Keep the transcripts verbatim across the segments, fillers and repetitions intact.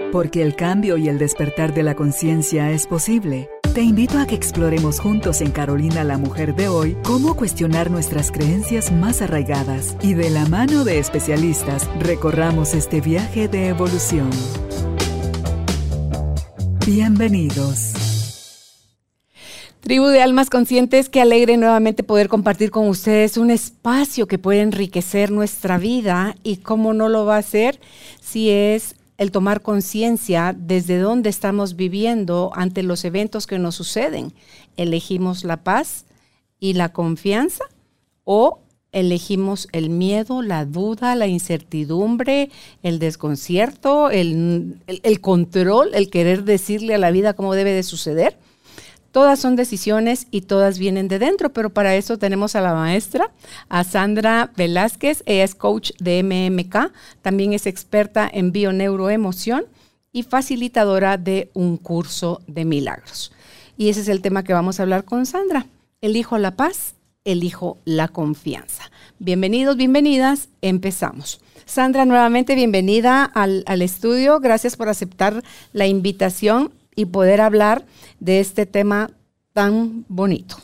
Porque el cambio y el despertar de la conciencia es posible. Te invito a que exploremos juntos en Carolina la Mujer de hoy cómo cuestionar nuestras creencias más arraigadas y de la mano de especialistas recorramos este viaje de evolución. Bienvenidos. Tribu de almas conscientes, qué alegre nuevamente poder compartir con ustedes un espacio que puede enriquecer nuestra vida y cómo no lo va a hacer si es el tomar conciencia desde dónde estamos viviendo ante los eventos que nos suceden. ¿Elegimos la paz y la confianza o elegimos el miedo, la duda, la incertidumbre, el desconcierto, el, el, el control, el querer decirle a la vida cómo debe de suceder? Todas son decisiones y todas vienen de dentro, pero para eso tenemos a la maestra, a Sandra Velázquez. Ella es coach de M M K, también es experta en bioneuroemoción y facilitadora de un curso de milagros. Y ese es el tema que vamos a hablar con Sandra. Elijo la paz, elijo la confianza. Bienvenidos, bienvenidas, empezamos. Sandra, nuevamente bienvenida al, al estudio. Gracias por aceptar la invitación y poder hablar de este tema tan bonito.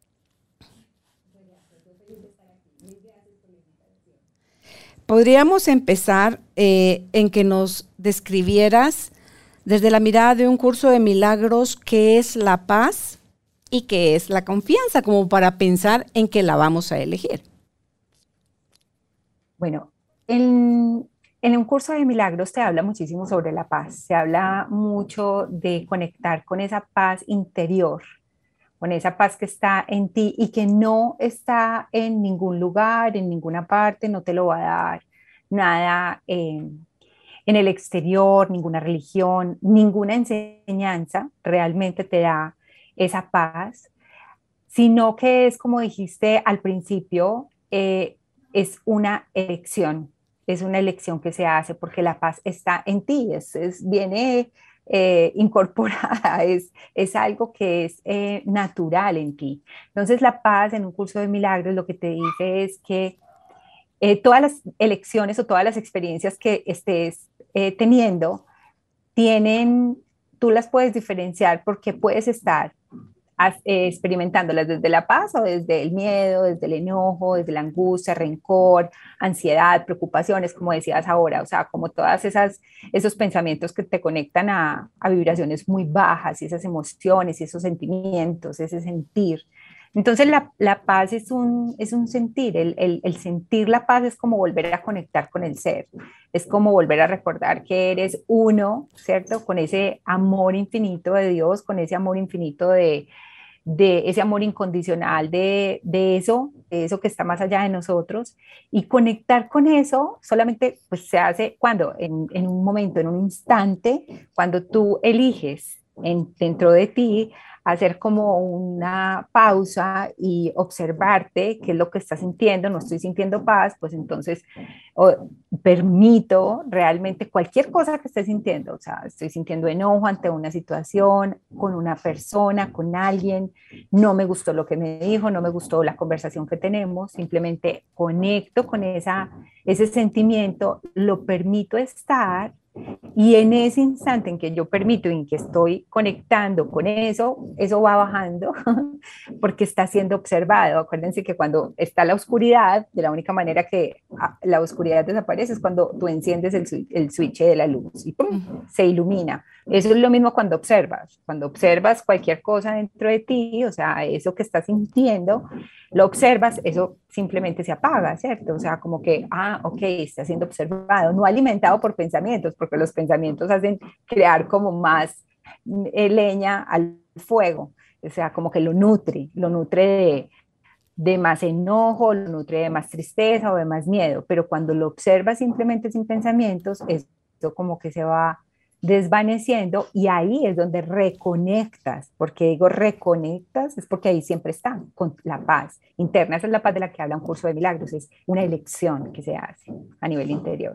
Podríamos empezar eh, en que nos describieras desde la mirada de un curso de milagros qué es la paz y qué es la confianza, como para pensar en que la vamos a elegir. Bueno, en... En un curso de milagros te habla muchísimo sobre la paz, se habla mucho de conectar con esa paz interior, con esa paz que está en ti y que no está en ningún lugar, en ninguna parte, no te lo va a dar nada eh, en el exterior, ninguna religión, ninguna enseñanza realmente te da esa paz, sino que es como dijiste al principio, eh, es una elección. Es una elección que se hace porque la paz está en ti, es, es, viene eh, incorporada, es, es algo que es eh, natural en ti. Entonces la paz en un curso de milagros lo que te dice es que eh, todas las elecciones o todas las experiencias que estés eh, teniendo, tienen, tú las puedes diferenciar porque puedes estar Eh, experimentándolas desde la paz o desde el miedo, desde el enojo, desde la angustia, rencor, ansiedad, preocupaciones, como decías ahora, o sea, como todas esas, esos pensamientos que te conectan a, a vibraciones muy bajas y esas emociones y esos sentimientos, ese sentir. Entonces la, la paz es un, es un sentir, el, el, el sentir la paz es como volver a conectar con el ser, es como volver a recordar que eres uno, ¿cierto? Con ese amor infinito de Dios, con ese amor infinito de de ese amor incondicional, de, de eso, de eso que está más allá de nosotros, y conectar con eso solamente pues, se hace cuando, en, en un momento, en un instante, cuando tú eliges en, dentro de ti hacer como una pausa y observarte qué es lo que estás sintiendo, no estoy sintiendo paz, pues entonces o, permito realmente cualquier cosa que esté sintiendo, o sea, estoy sintiendo enojo ante una situación, con una persona, con alguien, no me gustó lo que me dijo, no me gustó la conversación que tenemos, simplemente conecto con esa, ese sentimiento, lo permito estar. Y en ese instante en que yo permito, en que estoy conectando con eso, eso va bajando porque está siendo observado. Acuérdense que cuando está la oscuridad, de la única manera que la oscuridad desaparece es cuando tú enciendes el, el switch de la luz y ¡pum! Uh-huh. Se ilumina. Eso es lo mismo cuando observas. Cuando observas cualquier cosa dentro de ti, o sea, eso que estás sintiendo, lo observas, eso simplemente se apaga, ¿cierto? O sea, como que, ah, ok, está siendo observado, no alimentado por pensamientos, porque los pensamientos hacen crear como más eh, leña al fuego, o sea, como que lo nutre, lo nutre de, de más enojo, lo nutre de más tristeza o de más miedo, pero cuando lo observas simplemente sin pensamientos, eso como que se va desvaneciendo y ahí es donde reconectas. Porque digo reconectas, es porque ahí siempre está, con la paz interna. Esa es la paz de la que habla un curso de milagros, es una elección que se hace a nivel interior.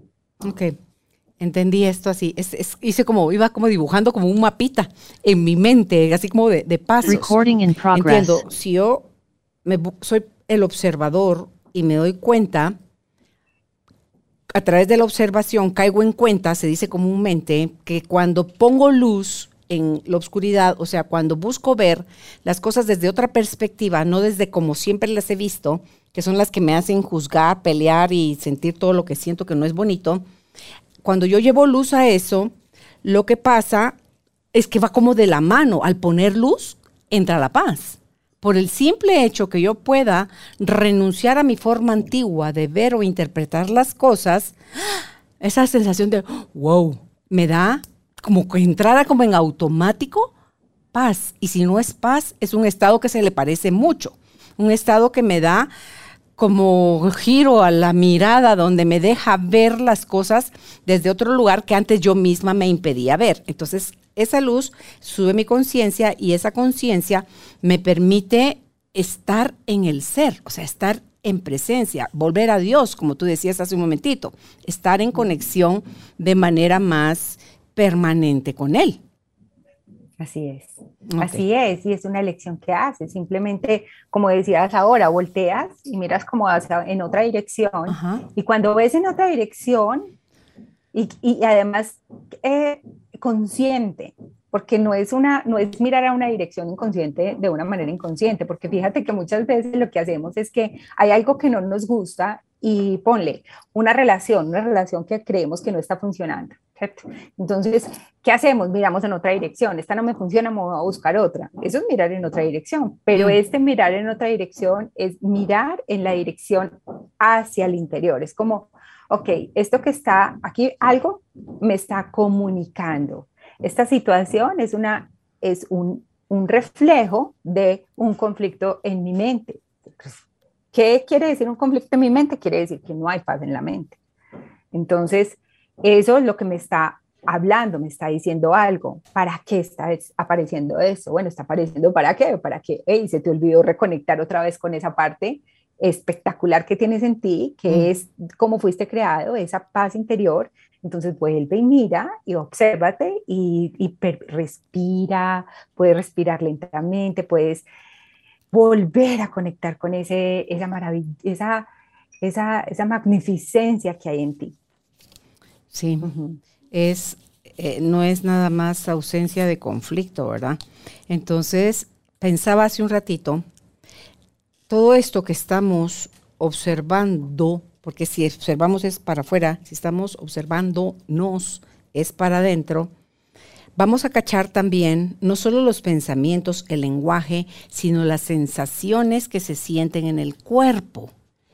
Ok, entendí esto así, es, es, hice como, iba como dibujando como un mapita en mi mente, así como de, de pasos. Recording in progress. Entiendo, si yo me, soy el observador y me doy cuenta a través de la observación caigo en cuenta, se dice comúnmente, que cuando pongo luz en la oscuridad, o sea, cuando busco ver las cosas desde otra perspectiva, no desde como siempre las he visto, que son las que me hacen juzgar, pelear y sentir todo lo que siento que no es bonito, cuando yo llevo luz a eso, lo que pasa es que va como de la mano. Al poner luz, entra la paz. Por el simple hecho que yo pueda renunciar a mi forma antigua de ver o interpretar las cosas, esa sensación de wow, me da como que entrara como en automático paz. Y si no es paz, es un estado que se le parece mucho. Un estado que me da como giro a la mirada, donde me deja ver las cosas desde otro lugar que antes yo misma me impedía ver. Entonces, esa luz sube mi conciencia y esa conciencia me permite estar en el ser, o sea, estar en presencia, volver a Dios, como tú decías hace un momentito, estar en conexión de manera más permanente con Él. Así es, Okay. así es, y es una elección que haces, simplemente, como decías ahora, volteas y miras como hacia, en otra dirección, Ajá. y cuando ves en otra dirección, y, y además eh, consciente, porque no es, una, no es mirar a una dirección inconsciente de una manera inconsciente, porque fíjate que muchas veces lo que hacemos es que hay algo que no nos gusta y ponle una relación, una relación que creemos que no está funcionando, ¿cierto? Entonces, ¿qué hacemos? Miramos en otra dirección, esta no me funciona, me voy a buscar otra. Eso es mirar en otra dirección, pero Mm. este mirar en otra dirección es mirar en la dirección hacia el interior, es como, ok, esto que está aquí, algo me está comunicando. Esta situación es, una, es un, un reflejo de un conflicto en mi mente. ¿Qué quiere decir un conflicto en mi mente? Quiere decir que no hay paz en la mente. Entonces, eso es lo que me está hablando, me está diciendo algo. ¿Para qué está apareciendo eso? Bueno, está apareciendo ¿para qué? Para que, hey, se te olvidó reconectar otra vez con esa parte espectacular que tienes en ti, que mm. es cómo fuiste creado, esa paz interior. Entonces vuelve y mira y obsérvate y, y respira, puedes respirar lentamente, puedes volver a conectar con ese, esa maravilla, esa, esa, esa magnificencia que hay en ti. Sí, uh-huh. es, eh, no es nada más ausencia de conflicto, ¿verdad? Entonces, pensaba hace un ratito, todo esto que estamos observando, porque si observamos es para afuera, si estamos observándonos es para adentro, vamos a cachar también no solo los pensamientos, el lenguaje, sino las sensaciones que se sienten en el cuerpo.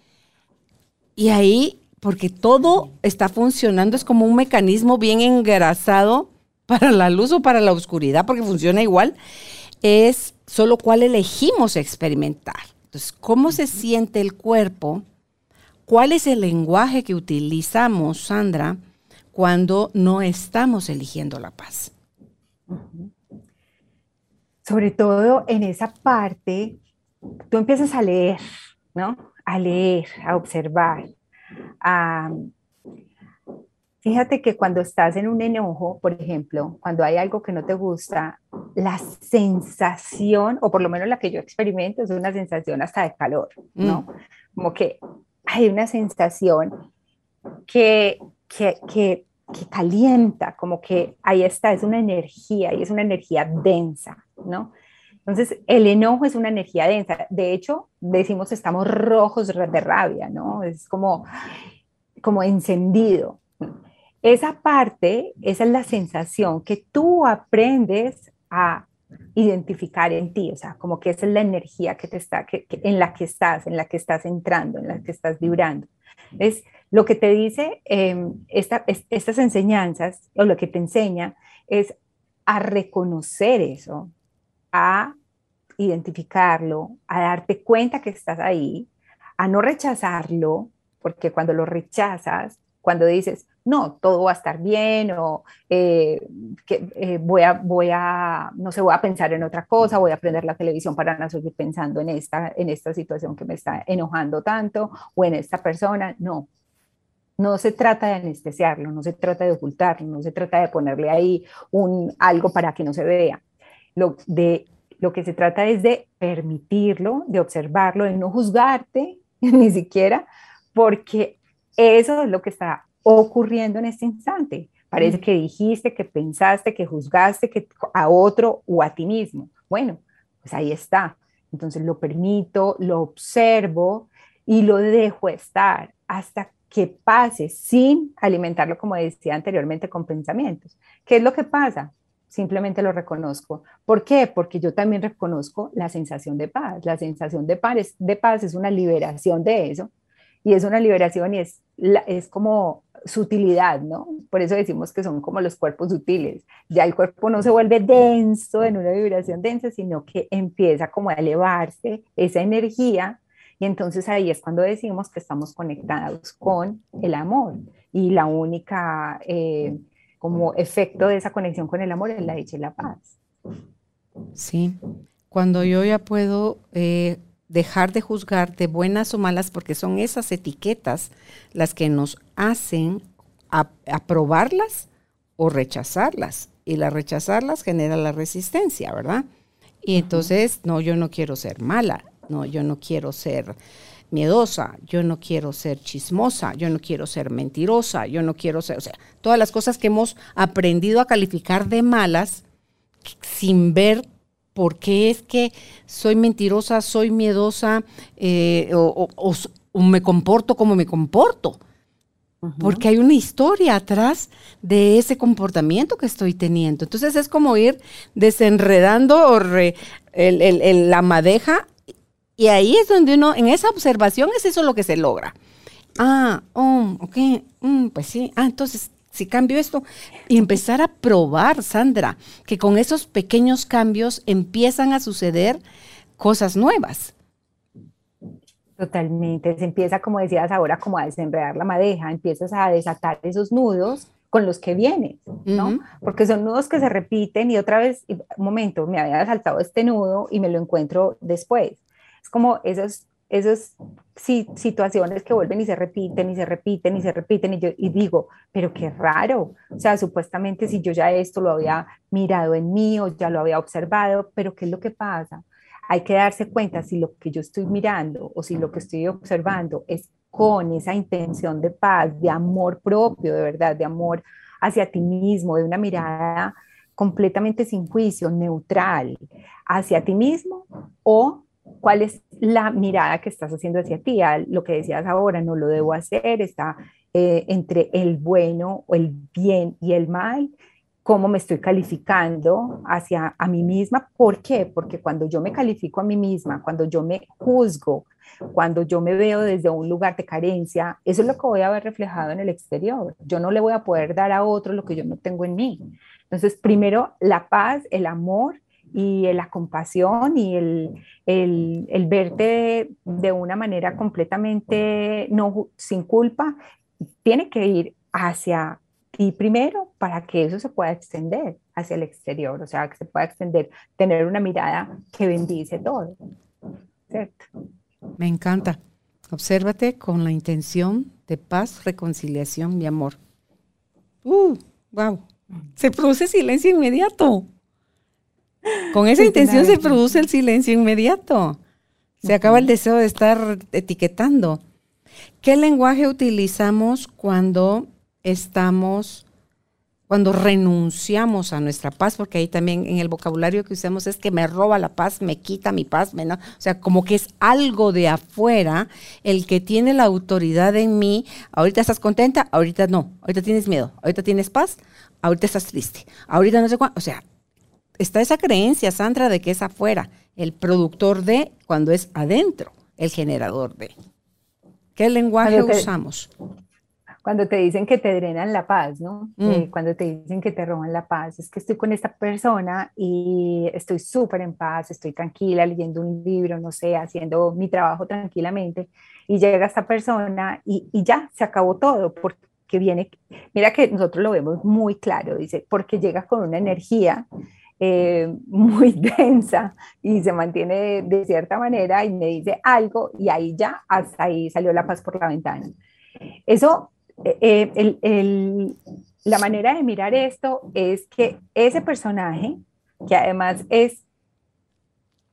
Y ahí, porque todo está funcionando, es como un mecanismo bien engrasado para la luz o para la oscuridad, porque funciona igual, es solo cuál elegimos experimentar. Entonces, ¿cómo se siente el cuerpo? ¿Cuál es el lenguaje que utilizamos, Sandra, cuando no estamos eligiendo la paz? Uh-huh. Sobre todo en esa parte, tú empiezas a leer, ¿no? A leer, a observar. A... Fíjate que cuando estás en un enojo, por ejemplo, cuando hay algo que no te gusta, la sensación, o por lo menos la que yo experimento, es una sensación hasta de calor, ¿no? Mm. Como que hay una sensación que, que, que que calienta, como que ahí está, es una energía y es una energía densa, ¿no? Entonces, el enojo es una energía densa. De hecho, decimos estamos rojos de rabia, ¿no? Es como, como encendido. Esa parte, esa es la sensación que tú aprendes a identificar en ti, o sea, como que esa es la energía que te está, que, que, en la que estás, en la que estás entrando, en la que estás vibrando. Es lo que te dice eh, esta, es, estas enseñanzas, o lo que te enseña, es a reconocer eso, a identificarlo, a darte cuenta que estás ahí, a no rechazarlo, porque cuando lo rechazas, cuando dices, no, todo va a estar bien, o eh, que, eh, voy, a, voy a, no sé, voy a pensar en otra cosa, voy a prender la televisión para no seguir pensando en esta, en esta situación que me está enojando tanto, o en esta persona, no. No se trata de anestesiarlo, no se trata de ocultarlo, no se trata de ponerle ahí un, algo para que no se vea. Lo, de, lo que se trata es de permitirlo, de observarlo, de no juzgarte ni siquiera, porque eso es lo que está ocurriendo en este instante. Parece que dijiste, que pensaste, que juzgaste que a otro o a ti mismo. Bueno, pues ahí está. Entonces lo permito, lo observo y lo dejo estar hasta que pase sin alimentarlo, como decía anteriormente, con pensamientos. ¿Qué es lo que pasa? Simplemente lo reconozco. ¿Por qué? Porque yo también reconozco la sensación de paz. La sensación de paz es, de paz es una liberación de eso, y es una liberación y es, la, es como sutilidad, ¿no? Por eso decimos que son como los cuerpos sutiles. Ya el cuerpo no se vuelve denso en una vibración densa, sino que empieza como a elevarse esa energía, y entonces ahí es cuando decimos que estamos conectados con el amor, y la única eh, como efecto de esa conexión con el amor es la dicha y la paz. Sí, cuando yo ya puedo eh, dejar de juzgar de buenas o malas, porque son esas etiquetas las que nos hacen a- aprobarlas o rechazarlas, y la rechazarlas genera la resistencia, ¿verdad? Y entonces, no, yo no quiero ser mala, no, yo no quiero ser miedosa, yo no quiero ser chismosa, yo no quiero ser mentirosa, yo no quiero ser, o sea, todas las cosas que hemos aprendido a calificar de malas sin ver por qué es que soy mentirosa, soy miedosa, eh, o, o, o, o me comporto como me comporto. Uh-huh. Porque hay una historia atrás de ese comportamiento que estoy teniendo. Entonces es como ir desenredando o re, el, el, el, la madeja, y ahí es donde uno, en esa observación es eso lo que se logra. Ah, oh, ok, mm, pues sí, ah, entonces si cambio esto, y empezar a probar, Sandra, que con esos pequeños cambios empiezan a suceder cosas nuevas. Totalmente, se empieza, como decías ahora, como a desenredar la madeja, empiezas a desatar esos nudos con los que vienes, ¿no? Uh-huh. Porque son nudos que se repiten y otra vez, un momento, me había saltado este nudo y me lo encuentro después. Es como esos, esos sí, situaciones que vuelven y se repiten y se repiten y se repiten, y yo y digo, pero qué raro, o sea, supuestamente si yo ya esto lo había mirado en mí o ya lo había observado, pero ¿qué es lo que pasa? Hay que darse cuenta si lo que yo estoy mirando o si lo que estoy observando es con esa intención de paz, de amor propio, de verdad, de amor hacia ti mismo, de una mirada completamente sin juicio, neutral, hacia ti mismo, o cuál es la mirada que estás haciendo hacia ti. Lo que decías ahora, no lo debo hacer, está eh, entre el bueno o el bien y el mal. Cómo me estoy calificando hacia a mí misma. ¿Por qué? Porque cuando yo me califico a mí misma, cuando yo me juzgo, cuando yo me veo desde un lugar de carencia, eso es lo que voy a ver reflejado en el exterior. Yo no le voy a poder dar a otro lo que yo no tengo en mí. Entonces, primero, la paz, el amor y la compasión y el, el, el verte de, de una manera completamente no, sin culpa, tiene que ir hacia y primero, para que eso se pueda extender hacia el exterior, o sea, que se pueda extender, tener una mirada que bendice todo, ¿cierto? Me encanta. Obsérvate con la intención de paz, reconciliación y amor. ¡Uh! ¡Wow! Se produce silencio inmediato. Con esa intención se produce el silencio inmediato. Se acaba el deseo de estar etiquetando. ¿Qué lenguaje utilizamos cuando estamos, cuando renunciamos a nuestra paz? Porque ahí también en el vocabulario que usamos es que me roba la paz, me quita mi paz, me, ¿no? O sea, como que es algo de afuera el que tiene la autoridad en mí. Ahorita estás contenta, ahorita no, ahorita tienes miedo, ahorita tienes paz, ahorita estás triste, ahorita no sé cuándo. O sea, está esa creencia, Sandra, de que es afuera, el productor de, cuando es adentro, el generador de. ¿Qué lenguaje te, usamos? Cuando te dicen que te drenan la paz, ¿no? Mm. Eh, cuando te dicen que te roban la paz, es que estoy con esta persona y estoy súper en paz, estoy tranquila leyendo un libro, no sé, haciendo mi trabajo tranquilamente, y llega esta persona y, y ya, se acabó todo, porque viene, mira que nosotros lo vemos muy claro, dice, porque llega con una energía Eh, muy densa y se mantiene de, de cierta manera y me dice algo y ahí ya, hasta ahí salió la paz por la ventana. Eso, eh, el, el, la manera de mirar esto es que ese personaje, que además es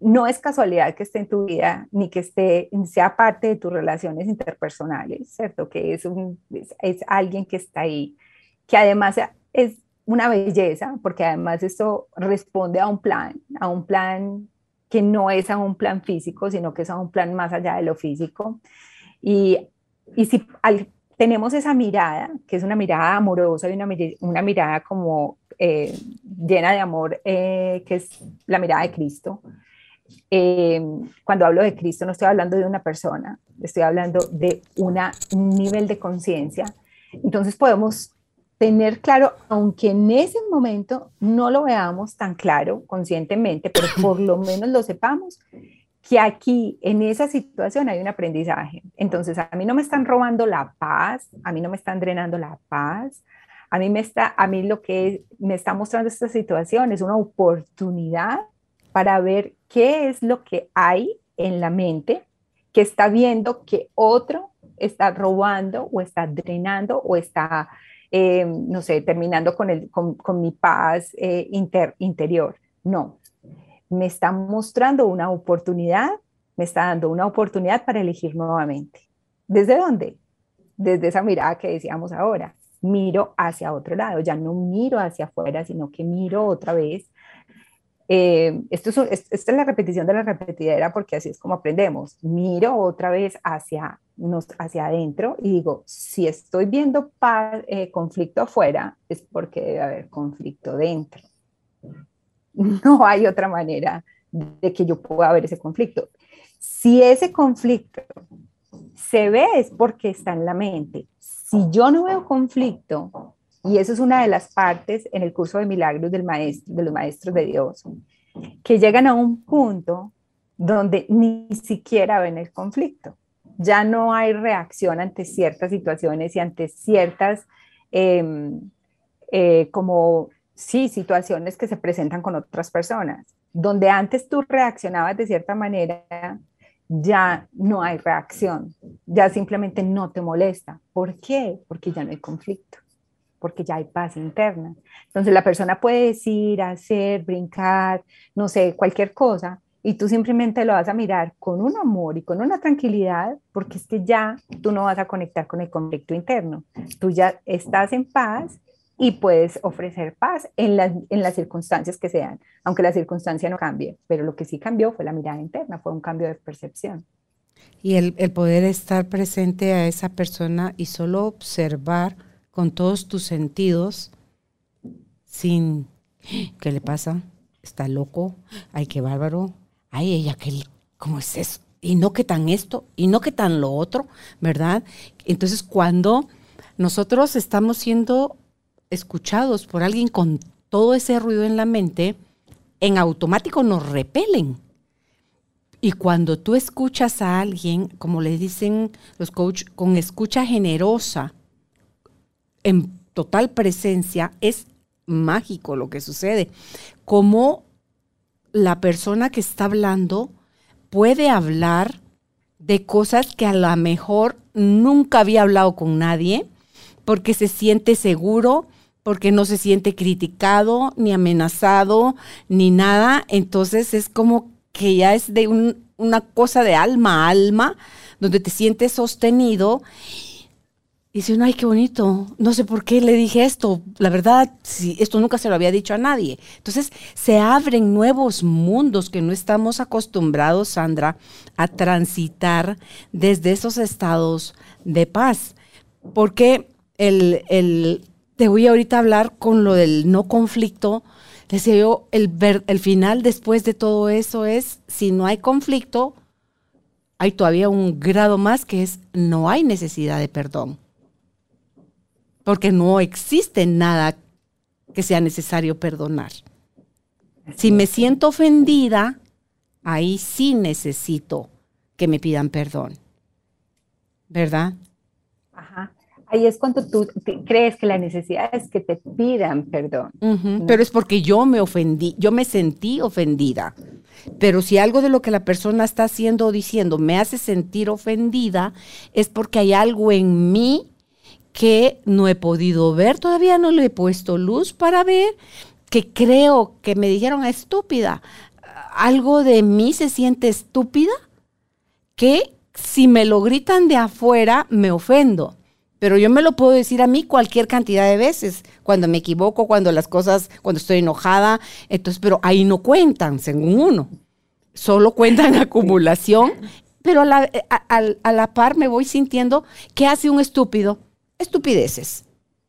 no es casualidad que esté en tu vida, ni que esté, sea parte de tus relaciones interpersonales, ¿cierto? Que es, un, es, es alguien que está ahí, que además es una belleza, porque además esto responde a un plan, a un plan que no es a un plan físico, sino que es a un plan más allá de lo físico. Y, y si al, tenemos esa mirada, que es una mirada amorosa y una, una mirada como eh, llena de amor, eh, que es la mirada de Cristo. Eh, cuando hablo de Cristo no estoy hablando de una persona, estoy hablando de una, un nivel de conciencia. Entonces podemos tener claro, aunque en ese momento no lo veamos tan claro conscientemente, pero por lo menos lo sepamos, que aquí en esa situación hay un aprendizaje. Entonces a mí no me están robando la paz, a mí no me están drenando la paz, a mí, me está, a mí lo que me está mostrando esta situación es una oportunidad para ver qué es lo que hay en la mente que está viendo que otro está robando o está drenando o está, eh, no sé, terminando con, el, con, con mi paz eh, inter, interior. No, me está mostrando una oportunidad, me está dando una oportunidad para elegir nuevamente. ¿Desde dónde? Desde esa mirada que decíamos ahora. Miro hacia otro lado, ya no miro hacia afuera, sino que miro otra vez. Eh, esto es, esta es la repetición de la repetidera, porque así es como aprendemos. Miro otra vez hacia, nos, hacia adentro y digo, si estoy viendo paz, eh, conflicto afuera, es porque debe haber conflicto dentro. No hay otra manera de que yo pueda ver ese conflicto. Si ese conflicto se ve es porque está en la mente. Si yo no veo conflicto, y eso es una de las partes en el curso de milagros del maestro, de los maestros de Dios, que llegan a un punto donde ni siquiera ven el conflicto. Ya no hay reacción ante ciertas situaciones y ante ciertas eh, eh, como sí, situaciones que se presentan con otras personas. Donde antes tú reaccionabas de cierta manera, ya no hay reacción, ya simplemente no te molesta. ¿Por qué? Porque ya no hay conflicto, porque ya hay paz interna. Entonces la persona puede decir, hacer, brincar, no sé, cualquier cosa, y tú simplemente lo vas a mirar con un amor y con una tranquilidad, porque es que ya tú no vas a conectar con el conflicto interno. Tú ya estás en paz y puedes ofrecer paz en, la, en las circunstancias que sean, aunque la circunstancia no cambie, pero lo que sí cambió fue la mirada interna, fue un cambio de percepción. Y el, el poder estar presente a esa persona y solo observar con todos tus sentidos, sin, ¿qué le pasa? ¿Está loco? Ay, qué bárbaro. Ay, ella, ¿qué, ¿cómo es eso? Y no que tan esto, y no que tan lo otro, ¿verdad? Entonces, cuando nosotros estamos siendo escuchados por alguien con todo ese ruido en la mente, en automático nos repelen. Y cuando tú escuchas a alguien, como le dicen los coaches, con escucha generosa, en total presencia, es mágico lo que sucede. Como la persona que está hablando puede hablar de cosas que a lo mejor nunca había hablado con nadie, porque se siente seguro, porque no se siente criticado, ni amenazado, ni nada. Entonces es como que ya es de un, una cosa de alma a alma, donde te sientes sostenido. Y dice uno, ay, qué bonito, no sé por qué le dije esto, la verdad, sí, esto nunca se lo había dicho a nadie. Entonces se abren nuevos mundos que no estamos acostumbrados, Sandra, a transitar desde esos estados de paz. Porque el, el, te voy ahorita a hablar con lo del no conflicto. Decía yo, el, ver, el final después de todo eso es, si no hay conflicto, hay todavía un grado más que es, no hay necesidad de perdón. Porque no existe nada que sea necesario perdonar. Si me siento ofendida, ahí sí necesito que me pidan perdón. ¿Verdad? Ajá. Ahí es cuando tú crees que la necesidad es que te pidan perdón. Uh-huh. ¿No? Pero es porque yo me ofendí, yo me sentí ofendida. Pero si algo de lo que la persona está haciendo o diciendo me hace sentir ofendida, es porque hay algo en mí que no he podido ver, todavía no le he puesto luz para ver, que creo que me dijeron estúpida. algo de mí se siente estúpida que si me lo gritan de afuera me ofendo. Pero yo me lo puedo decir a mí cualquier cantidad de veces, cuando me equivoco, cuando las cosas, cuando estoy enojada, entonces, pero ahí no cuentan, según uno. Solo cuentan acumulación, pero a la, a, a, a la par me voy sintiendo que hace un estúpido, estupideces.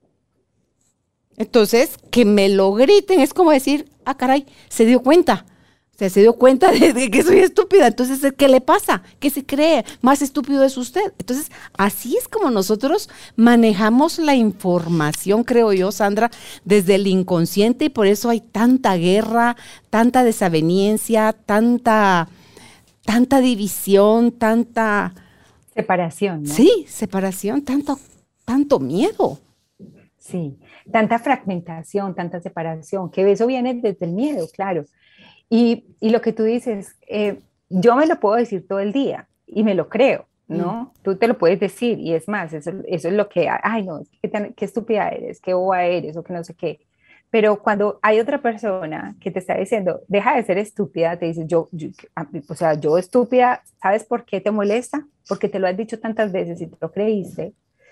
Entonces, que me lo griten es como decir, ah, caray, se dio cuenta. O sea, se dio cuenta de, de que soy estúpida. Entonces, ¿qué le pasa? ¿Qué se cree? Más estúpido es usted. Entonces, así es como nosotros manejamos la información, creo yo, Sandra, desde el inconsciente, y por eso hay tanta guerra, tanta desaveniencia, tanta, tanta división, tanta... Separación, ¿no? Sí, separación, tanto, tanto miedo. Sí, tanta fragmentación, tanta separación, que eso viene desde el miedo, claro. Y, y lo que tú dices, eh, yo me lo puedo decir todo el día y me lo creo, ¿no? Mm. Tú te lo puedes decir y es más, eso, eso es lo que, ay no, qué, tan, qué estúpida eres, qué boba eres o que no sé qué. Pero cuando hay otra persona que te está diciendo, deja de ser estúpida, te dice, yo, yo o sea, yo estúpida, ¿sabes por qué te molesta? Porque te lo has dicho tantas veces y te lo creíste,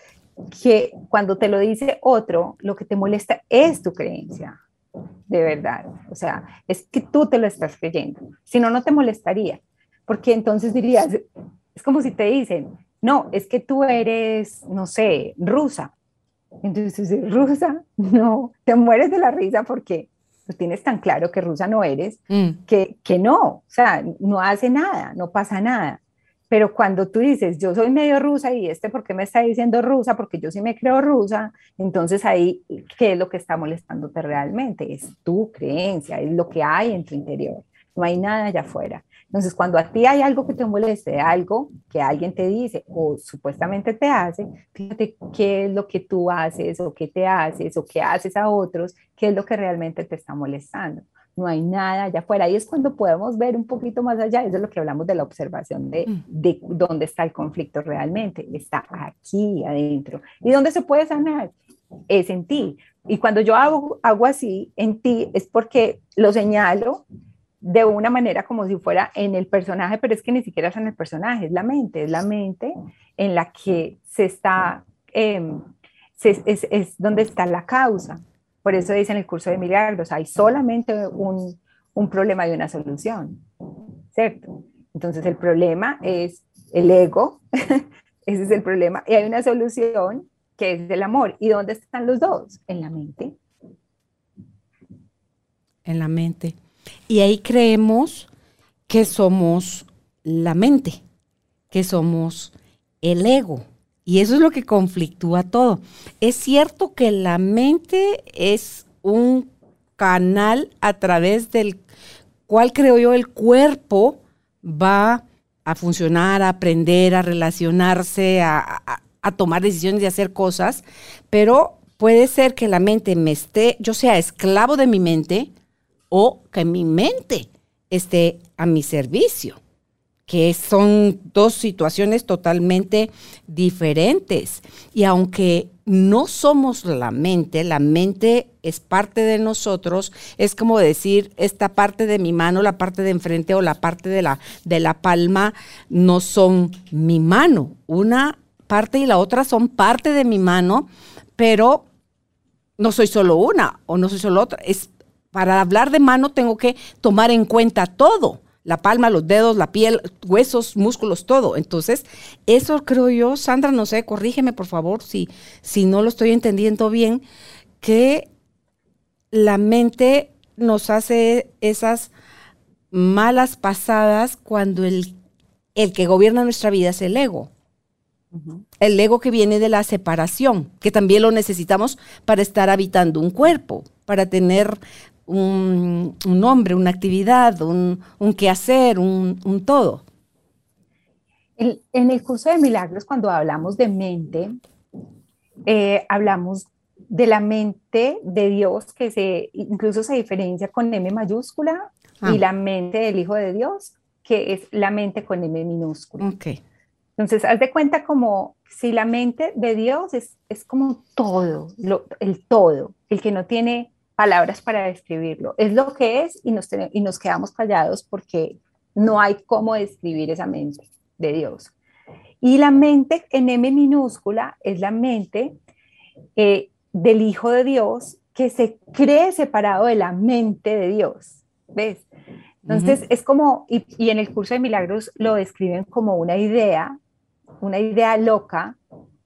que cuando te lo dice otro, lo que te molesta es tu creencia. De verdad, o sea, es que tú te lo estás creyendo, si no, no te molestaría, porque entonces dirías, es como si te dicen, no, es que tú eres, no sé, rusa, entonces, ¿rusa? No, te mueres de la risa porque lo tienes tan claro que rusa no eres, mm. que, que no, o sea, no hace nada, no pasa nada. Pero cuando tú dices, yo soy medio rusa y este, ¿por qué me está diciendo rusa? Porque yo sí me creo rusa. Entonces ahí, ¿qué es lo que está molestándote realmente? Es tu creencia, es lo que hay en tu interior. No hay nada allá afuera. Entonces, cuando a ti hay algo que te moleste, algo que alguien te dice o supuestamente te hace, fíjate qué es lo que tú haces o qué te haces o qué haces a otros, qué es lo que realmente te está molestando. No hay nada allá afuera. Ahí es cuando podemos ver un poquito más allá. Eso es lo que hablamos de la observación de, de dónde está el conflicto realmente. Está aquí adentro. ¿Y dónde se puede sanar? Es en ti. Y cuando yo hago, hago así en ti es porque lo señalo de una manera como si fuera en el personaje, pero es que ni siquiera es en el personaje, es la mente, es la mente en la que se está, eh, se, es, es donde está la causa. Por eso dice en el curso de milagros, hay solamente un, un problema y una solución, ¿cierto? Entonces el problema es el ego, ese es el problema, y hay una solución que es el amor. ¿Y dónde están los dos? En la mente. En la mente. Y ahí creemos que somos la mente, que somos el ego. Y eso es lo que conflictúa todo. Es cierto que la mente es un canal a través del cual, creo yo, el cuerpo va a funcionar, a aprender, a relacionarse, a, a, a tomar decisiones y hacer cosas, pero puede ser que la mente me esté, yo sea esclavo de mi mente, o que mi mente esté a mi servicio, que son dos situaciones totalmente diferentes. Y aunque no somos la mente, la mente es parte de nosotros, es como decir, esta parte de mi mano, la parte de enfrente o la parte de la, de la palma no son mi mano. Una parte y la otra son parte de mi mano, pero no soy solo una o no soy solo otra. Es Para hablar de mano tengo que tomar en cuenta todo, la palma, los dedos, la piel, huesos, músculos, todo. Entonces, eso creo yo, Sandra, no sé, corrígeme por favor si, si no lo estoy entendiendo bien, que la mente nos hace esas malas pasadas cuando el, el que gobierna nuestra vida es el ego. Uh-huh. El ego que viene de la separación, que también lo necesitamos para estar habitando un cuerpo, para tener un, un nombre, una actividad, un, un quehacer, un, un todo. El, en el curso de milagros, cuando hablamos de mente, eh, hablamos de la mente de Dios, que se, incluso se diferencia con M mayúscula, ah. y la mente del Hijo de Dios, que es la mente con M minúscula. Okay. Entonces, haz de cuenta como si la mente de Dios es, es como todo, lo, el todo, el que no tiene palabras para describirlo. Es lo que es y nos, y nos quedamos callados porque no hay cómo describir esa mente de Dios. Y la mente en M minúscula es la mente eh, del Hijo de Dios que se cree separado de la mente de Dios. ¿Ves? Entonces uh-huh. es como, y, y en el curso de milagros lo describen como una idea, una idea loca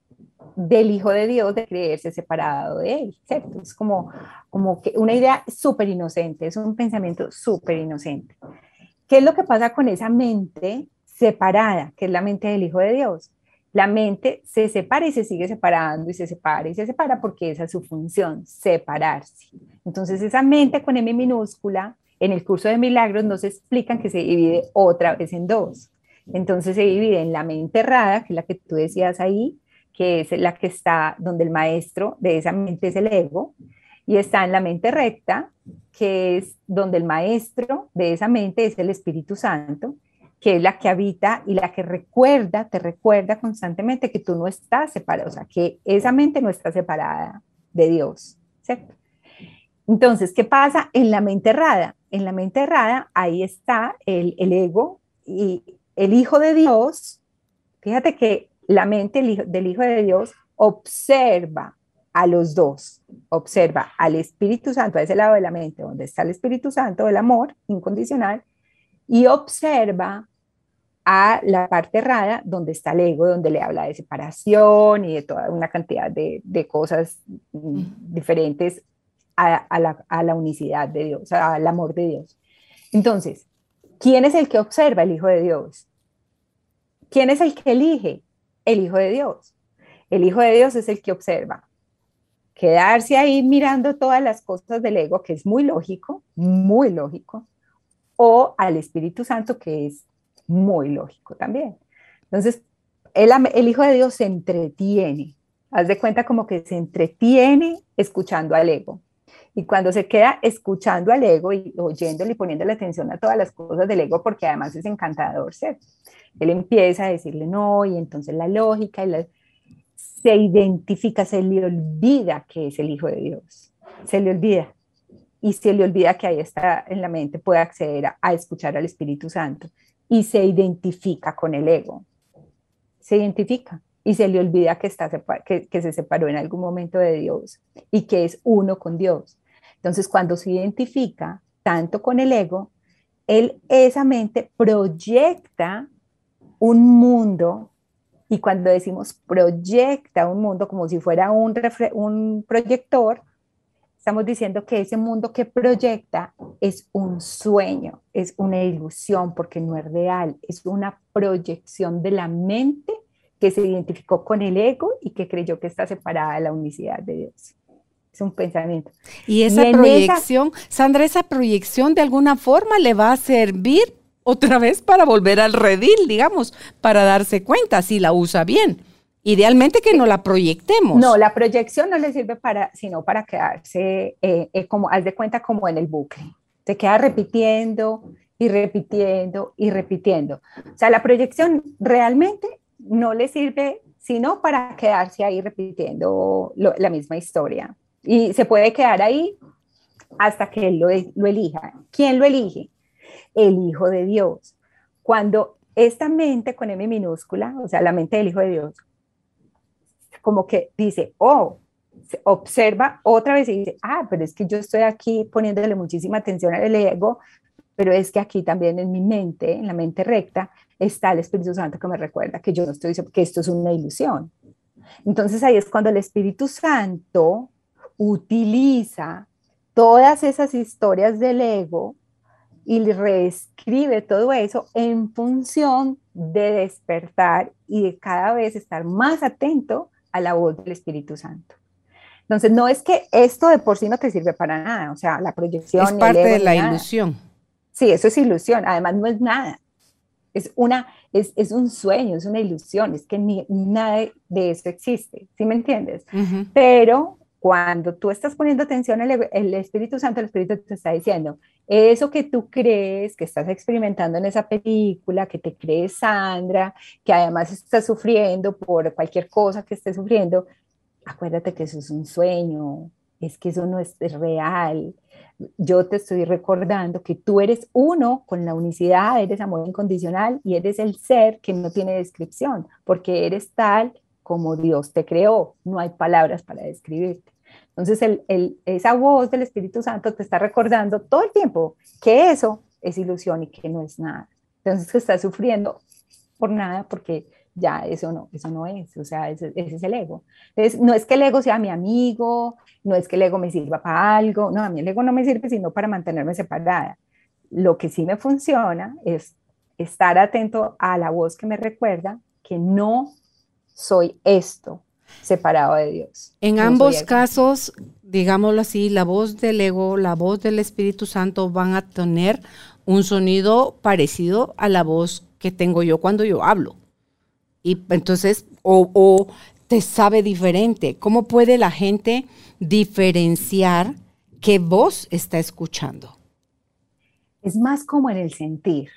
del Hijo de Dios de creerse separado de Él, ¿cierto? Es como, como que una idea súper inocente, es un pensamiento súper inocente. ¿Qué es lo que pasa con esa mente separada, que es la mente del Hijo de Dios? La mente se separa y se sigue separando y se separa y se separa porque esa es su función, separarse. Entonces esa mente con M minúscula, en el curso de milagros nos explican que se divide otra vez en dos. Entonces se divide en la mente errada, que es la que tú decías ahí, que es la que está donde el maestro de esa mente es el ego, y está en la mente recta, que es donde el maestro de esa mente es el Espíritu Santo, que es la que habita y la que recuerda, te recuerda constantemente que tú no estás separado, o sea, que esa mente no está separada de Dios, ¿cierto? Entonces, ¿qué pasa en la mente errada? En la mente errada, ahí está el, el ego y el Hijo de Dios. Fíjate que la mente el hijo, del Hijo de Dios observa a los dos, observa al Espíritu Santo, a ese lado de la mente, donde está el Espíritu Santo, el amor incondicional, y observa a la parte errada, donde está el ego, donde le habla de separación y de toda una cantidad de, de cosas mm. diferentes a, a, la, a la unicidad de Dios, al amor de Dios. Entonces, ¿quién es el que observa? El Hijo de Dios. ¿Quién es el que elige? El Hijo de Dios. El Hijo de Dios es el que observa. Quedarse ahí mirando todas las cosas del ego, que es muy lógico, muy lógico, o al Espíritu Santo, que es muy lógico también. Entonces, el, el Hijo de Dios se entretiene. Haz de cuenta como que se entretiene escuchando al ego. Y cuando se queda escuchando al ego y oyéndole y poniéndole atención a todas las cosas del ego, porque además es encantador, ¿cierto? Él empieza a decirle no, y entonces la lógica, y la, se identifica, se le olvida que es el Hijo de Dios. Se le olvida. Y se le olvida que ahí está en la mente, puede acceder a, a escuchar al Espíritu Santo. Y se identifica con el ego. Se identifica. Y se le olvida que, está, que, que se separó en algún momento de Dios y que es uno con Dios. Entonces, cuando se identifica tanto con el ego, él, esa mente proyecta un mundo, y cuando decimos proyecta un mundo como si fuera un, un proyector, estamos diciendo que ese mundo que proyecta es un sueño, es una ilusión, porque no es real, es una proyección de la mente que se identificó con el ego y que creyó que está separada de la unicidad de Dios. Es un pensamiento. Y esa y proyección, esa... Sandra, esa proyección de alguna forma le va a servir otra vez para volver al redil, digamos, para darse cuenta si la usa bien. Idealmente que no la proyectemos. No, la proyección no le sirve para, sino para quedarse, eh, eh, como, haz de cuenta, como en el bucle. Se queda repitiendo y repitiendo y repitiendo. O sea, la proyección realmente no le sirve sino para quedarse ahí repitiendo lo, la misma historia. Y se puede quedar ahí hasta que él lo, lo elija. ¿Quién lo elige? El Hijo de Dios. Cuando esta mente con M minúscula, o sea, la mente del Hijo de Dios, como que dice, oh, se observa otra vez y dice, ah, pero es que yo estoy aquí poniéndole muchísima atención al ego, pero es que aquí también en mi mente, en la mente recta, está el Espíritu Santo que me recuerda que yo no estoy, que esto es una ilusión. Entonces ahí es cuando el Espíritu Santo utiliza todas esas historias del ego y reescribe todo eso en función de despertar y de cada vez estar más atento a la voz del Espíritu Santo. Entonces, no es que esto de por sí no te sirve para nada, o sea, la proyección... Es parte el ego, de la nada. ilusión. Sí, eso es ilusión, además no es nada, es, una, es, es un sueño, es una ilusión, es que ni, nada de eso existe, ¿sí me entiendes? Uh-huh. Pero cuando tú estás poniendo atención al el Espíritu Santo, el Espíritu te está diciendo, eso que tú crees, que estás experimentando en esa película, que te crees Sandra, que además estás sufriendo por cualquier cosa que estés sufriendo, acuérdate que eso es un sueño, es que eso no es real. Yo te estoy recordando que tú eres uno con la unicidad, eres amor incondicional y eres el ser que no tiene descripción, porque eres tal como Dios te creó. No hay palabras para describirte. Entonces, el, el, esa voz del Espíritu Santo te está recordando todo el tiempo que eso es ilusión y que no es nada. Entonces, que estás sufriendo por nada porque ya eso no, eso no es, o sea, ese, ese es el ego. Entonces, no es que el ego sea mi amigo, no es que el ego me sirva para algo, no, a mí el ego no me sirve sino para mantenerme separada. Lo que sí me funciona es estar atento a la voz que me recuerda que no soy esto separado de Dios. En No ambos soy casos, digámoslo así, la voz del ego, la voz del Espíritu Santo van a tener un sonido parecido a la voz que tengo yo cuando yo hablo. Y entonces, o, o te sabe diferente. ¿Cómo puede la gente diferenciar qué voz está escuchando? Es más como en el sentir.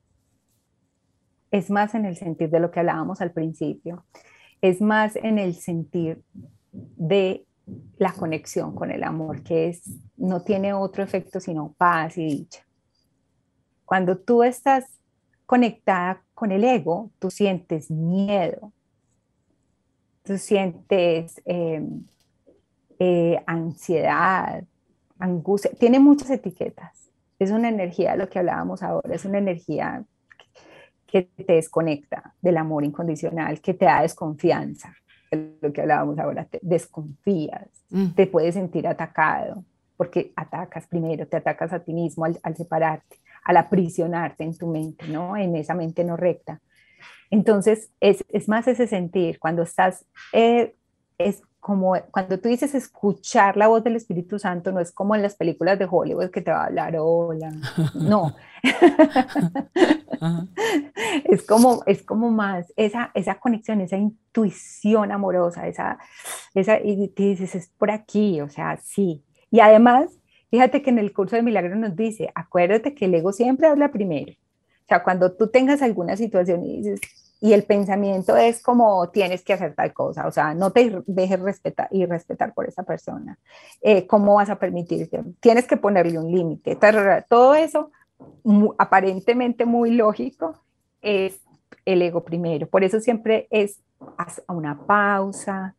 Es más en el sentir de lo que hablábamos al principio. Es más en el sentir de la conexión con el amor, que es, no tiene otro efecto sino paz y dicha. Cuando tú estás conectada con el ego, tú sientes miedo, tú sientes eh, eh, ansiedad, angustia, tiene muchas etiquetas. Es una energía, lo que hablábamos ahora, es una energía que te desconecta del amor incondicional, que te da desconfianza, es lo que hablábamos ahora, te desconfías, mm. te puedes sentir atacado, porque atacas primero, te atacas a ti mismo al, al separarte, al aprisionarte en tu mente, ¿no? En esa mente no recta. Entonces, es, es más ese sentir, cuando estás, eh, es como, cuando tú dices escuchar la voz del Espíritu Santo, no es como en las películas de Hollywood que te va a hablar, hola, no. Uh-huh. Es como, es como más esa, esa conexión, esa intuición amorosa, esa, esa, y te dices, es por aquí, o sea, sí. Y además, fíjate que en el curso de milagros nos dice, acuérdate que el ego siempre habla primero. O sea, cuando tú tengas alguna situación y dices, y el pensamiento es como tienes que hacer tal cosa, o sea, no te dejes respetar y respetar por esa persona. Eh, ¿Cómo vas a permitirte? Tienes que ponerle un límite. Todo eso, muy, aparentemente muy lógico, es el ego primero. Por eso siempre es haz una pausa,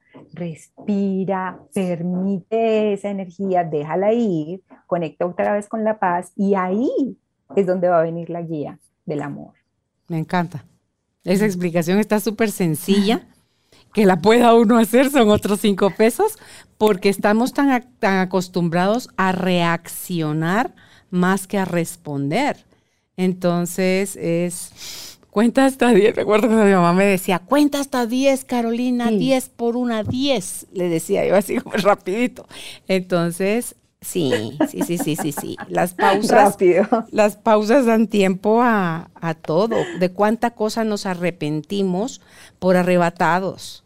respira, permite esa energía, déjala ir, conecta otra vez con la paz y ahí es donde va a venir la guía del amor. Me encanta. Esa explicación está súper sencilla, que la pueda uno hacer, son otros cinco pesos, porque estamos tan, tan acostumbrados a reaccionar más que a responder. Entonces es, cuenta hasta diez, recuerdo que mi mamá me decía, cuenta hasta diez, Carolina, sí. diez por una, diez, le decía yo así como rapidito. Entonces, sí, sí, sí, sí, sí, sí. Las pausas, Rápido. Las pausas dan tiempo a, a todo. De cuánta cosa nos arrepentimos por arrebatados.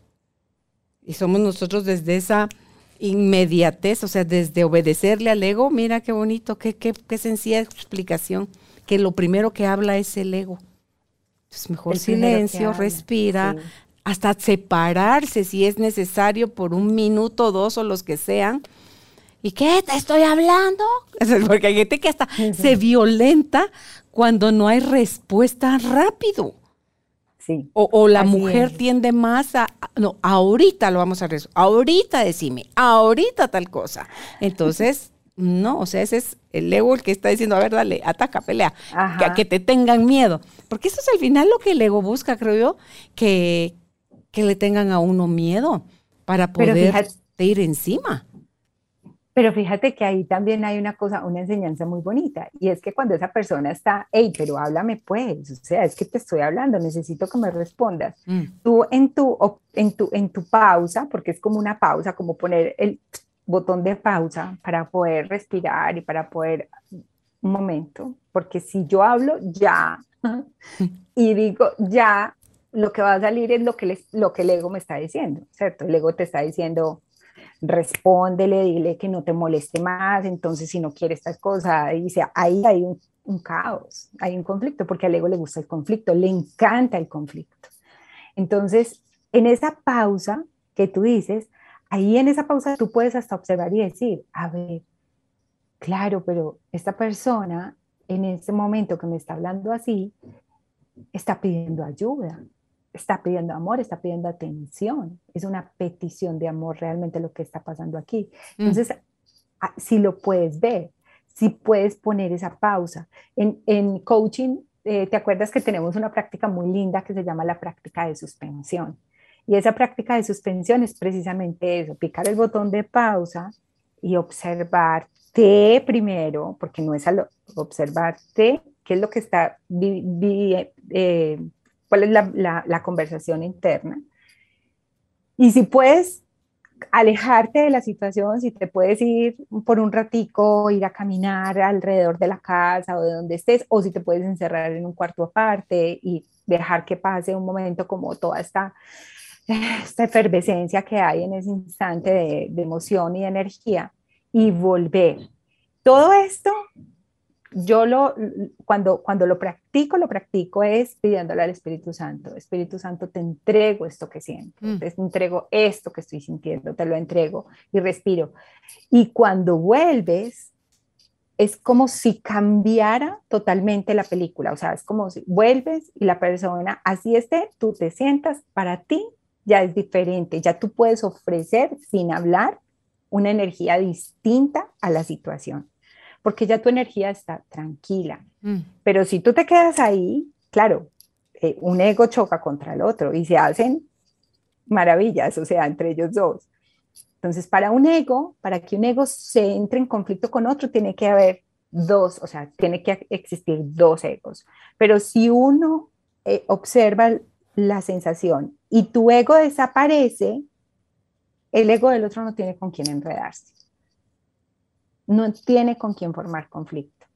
Y somos nosotros desde esa inmediatez, o sea, desde obedecerle al ego. Mira qué bonito, qué, qué, qué sencilla explicación. Que lo primero que habla es el ego. Entonces, mejor el silencio, respira, sí. hasta separarse si es necesario por un minuto, dos o los que sean. ¿Y qué? ¿Te estoy hablando? Porque hay gente que hasta uh-huh. se violenta cuando no hay respuesta rápido. Sí. O, o la mujer es. tiende más a, no, ahorita lo vamos a resolver, ahorita decime, ahorita tal cosa. Entonces, no, o sea, ese es el ego el que está diciendo, a ver, dale, ataca, pelea, que, que te tengan miedo. Porque eso es al final lo que el ego busca, creo yo, que, que le tengan a uno miedo para poder ir encima. Pero fíjate que ahí también hay una cosa, una enseñanza muy bonita, y es que cuando esa persona está, hey, pero háblame pues, o sea, es que te estoy hablando, necesito que me respondas. Mm. Tú en tu, en, tu, en tu pausa, porque es como una pausa, como poner el botón de pausa para poder respirar y para poder, un momento, porque si yo hablo ya, y digo ya, lo que va a salir es lo que, les, lo que el ego me está diciendo, ¿cierto? El ego te está diciendo, respóndele, dile que no te moleste más, entonces si no quiere esta cosa, dice, ahí hay un, un caos, hay un conflicto, porque al ego le gusta el conflicto, le encanta el conflicto. Entonces, en esa pausa que tú dices, ahí en esa pausa tú puedes hasta observar y decir, a ver, claro, pero esta persona en este momento que me está hablando así, está pidiendo ayuda, está pidiendo amor, está pidiendo atención. Es una petición de amor realmente lo que está pasando aquí. Mm. Entonces, a- si lo puedes ver, si puedes poner esa pausa. En, en coaching, eh, ¿te acuerdas que tenemos una práctica muy linda que se llama la práctica de suspensión? Y esa práctica de suspensión es precisamente eso, picar el botón de pausa y observarte primero, porque no es al observarte qué es lo que está, vi- vi- eh, cuál es la, la- la conversación interna. Y si puedes alejarte de la situación, si te puedes ir por un ratico, ir a caminar alrededor de la casa o de donde estés, o si te puedes encerrar en un cuarto aparte y dejar que pase un momento como toda esta, esta efervescencia que hay en ese instante de, de emoción y de energía y volver. Todo esto yo lo, cuando, cuando lo practico, lo practico es pidiéndole al Espíritu Santo, Espíritu Santo, te entrego esto que siento, Mm. te entrego esto que estoy sintiendo, te lo entrego y respiro. Y cuando vuelves, es como si cambiara totalmente la película, o sea, es como si vuelves y la persona, así esté, tú te sientas, para ti ya es diferente, ya tú puedes ofrecer sin hablar una energía distinta a la situación, porque ya tu energía está tranquila. Mm. Pero si tú te quedas ahí, claro, eh, un ego choca contra el otro y se hacen maravillas, o sea, entre ellos dos. Entonces, para un ego, para que un ego se entre en conflicto con otro, tiene que haber dos, o sea, tiene que existir dos egos. Pero si uno eh, observa la sensación y tu ego desaparece, el ego del otro no tiene con quién enredarse, no tiene con quién formar conflicto.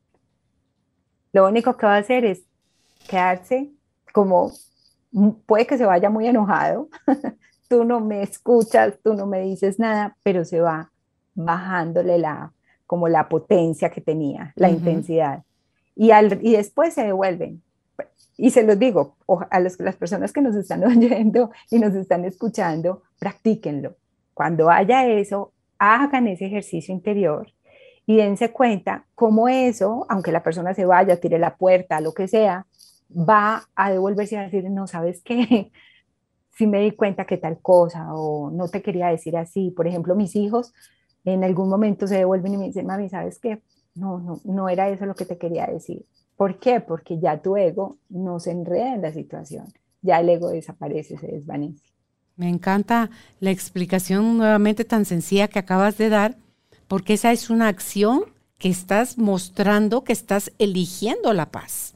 Lo único que va a hacer es quedarse como, puede que se vaya muy enojado, tú no me escuchas, tú no me dices nada, pero se va bajándole la, como la potencia que tenía, la Ujú. intensidad. Y, al, y después se devuelven. Y se los digo, a los, las personas que nos están oyendo y nos están escuchando, practíquenlo. Cuando haya eso, hagan ese ejercicio interior y dense cuenta cómo eso, aunque la persona se vaya, tire la puerta, lo que sea, va a devolverse a decir, no, ¿sabes qué? Sí me di cuenta que tal cosa o no te quería decir así. Por ejemplo, mis hijos en algún momento se devuelven y me dicen, mami, ¿sabes qué? No, no, no era eso lo que te quería decir. ¿Por qué? Porque ya tu ego no se enreda en la situación. Ya el ego desaparece, se desvanece. Me encanta la explicación nuevamente tan sencilla que acabas de dar, porque esa es una acción que estás mostrando que estás eligiendo la paz.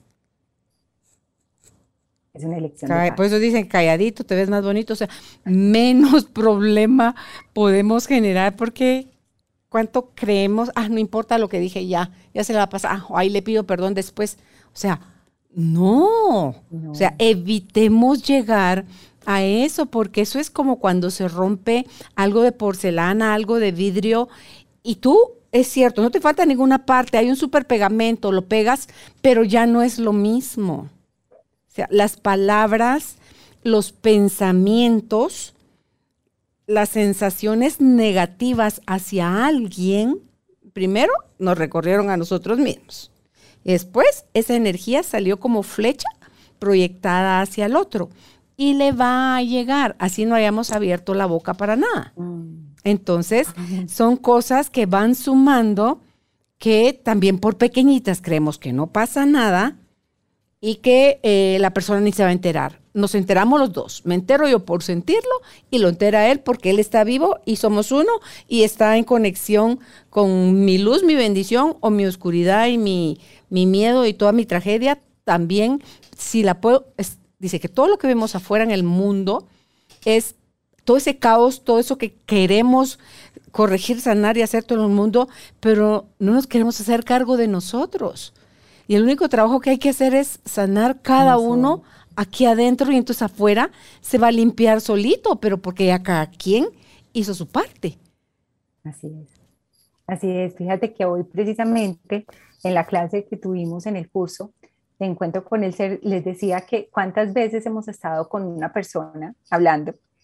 Es una elección de Ca- Por paz. eso dicen calladito, te ves más bonito, o sea, menos problema podemos generar porque cuánto creemos, ah, no importa lo que dije, ya, ya se la va a pasar, ah, ahí le pido perdón después. O sea, no, o sea, No, evitemos llegar a eso, porque eso es como cuando se rompe algo de porcelana, algo de vidrio, y tú, es cierto, no te falta ninguna parte, hay un super pegamento, lo pegas, pero ya no es lo mismo. O sea, las palabras, los pensamientos, las sensaciones negativas hacia alguien, primero nos recorrieron a nosotros mismos. Y después esa energía salió como flecha proyectada hacia el otro y le va a llegar, así no hayamos abierto la boca para nada. mm, Entonces, son cosas que van sumando que también por pequeñitas creemos que no pasa nada y que eh, la persona ni se va a enterar. Nos enteramos los dos. Me entero yo por sentirlo y lo entera él porque él está vivo y somos uno y está en conexión con mi luz, mi bendición o mi oscuridad y mi, mi miedo y toda mi tragedia. También, si la puedo, es, dice que todo lo que vemos afuera en el mundo es todo ese caos, todo eso que queremos corregir, sanar y hacer todo el mundo, pero no nos queremos hacer cargo de nosotros. Y el único trabajo que hay que hacer es sanar cada eso, uno aquí adentro y entonces afuera se va a limpiar solito, pero porque ya cada quien hizo su parte. así es. Así es. Fíjate que hoy precisamente en la clase que tuvimos en el curso de encuentro con el ser, les decía que cuántas veces hemos estado con una persona hablando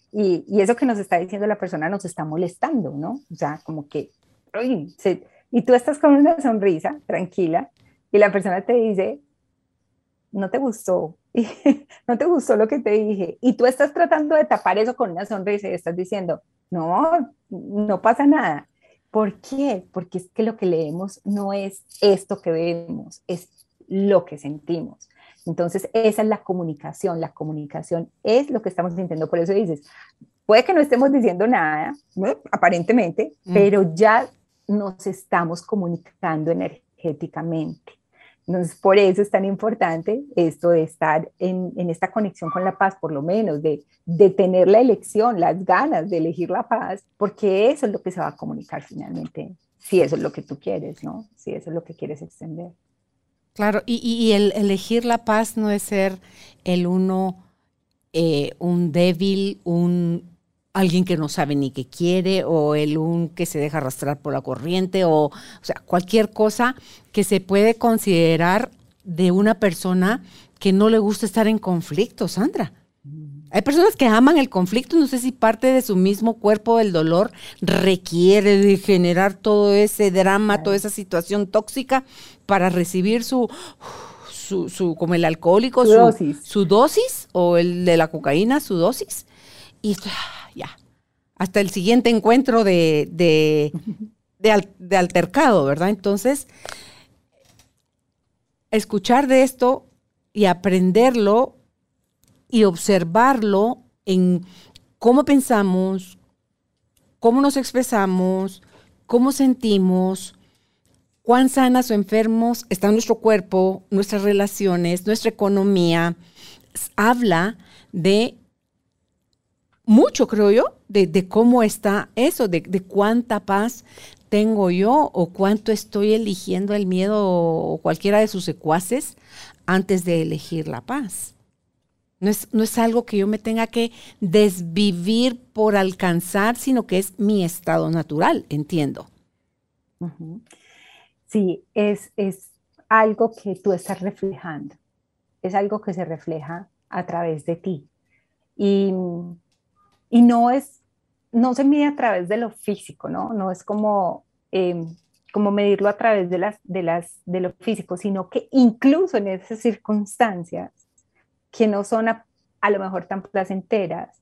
Y, y eso que nos está diciendo la persona nos está molestando, ¿no? O sea, como que, uy, se, y tú estás con una sonrisa tranquila y la persona te dice, no te gustó, y no te gustó lo que te dije, y tú estás tratando de tapar eso con una sonrisa y estás diciendo, no, no pasa nada. ¿Por qué? Porque es que lo que leemos no es esto que vemos, es lo que sentimos. Entonces, esa es la comunicación. La comunicación es lo que estamos sintiendo. Por eso dices, puede que no estemos diciendo nada, ¿no? Aparentemente, mm. pero ya nos estamos comunicando energéticamente. Entonces, por eso es tan importante esto de estar en, en esta conexión con la paz, por lo menos, de, de tener la elección, las ganas de elegir la paz, porque eso es lo que se va a comunicar finalmente, si eso es lo que tú quieres, ¿no? Si eso es lo que quieres extender. Claro, y, y el elegir la paz no es ser el uno, eh, un débil, un alguien que no sabe ni qué quiere, o el un que se deja arrastrar por la corriente, o, o sea, cualquier cosa que se puede considerar de una persona que no le gusta estar en conflicto, Sandra. Hay personas que aman el conflicto, no sé si parte de su mismo cuerpo del dolor requiere de generar todo ese drama, claro, toda esa situación tóxica para recibir su, su, su como el alcohólico, su, su, dosis. su dosis, o el de la cocaína, su dosis, y ya, hasta el siguiente encuentro de, de, de, al, de altercado, ¿verdad? Entonces, escuchar de esto y aprenderlo y observarlo en cómo pensamos, cómo nos expresamos, cómo sentimos, cuán sanas o enfermos está nuestro cuerpo, nuestras relaciones, nuestra economía, habla de mucho, creo yo, de, de cómo está eso, de, de cuánta paz tengo yo o cuánto estoy eligiendo el miedo o cualquiera de sus secuaces antes de elegir la paz. No es, no es algo que yo me tenga que desvivir por alcanzar, sino que es mi estado natural, entiendo. Uh-huh. Sí, es, es algo que tú estás reflejando, es algo que se refleja a través de ti. Y, y no es, no se mide a través de lo físico, ¿no? No es como, eh, como medirlo a través de, las, de, las, de lo físico, sino que incluso en esas circunstancias que no son a, a lo mejor tan placenteras,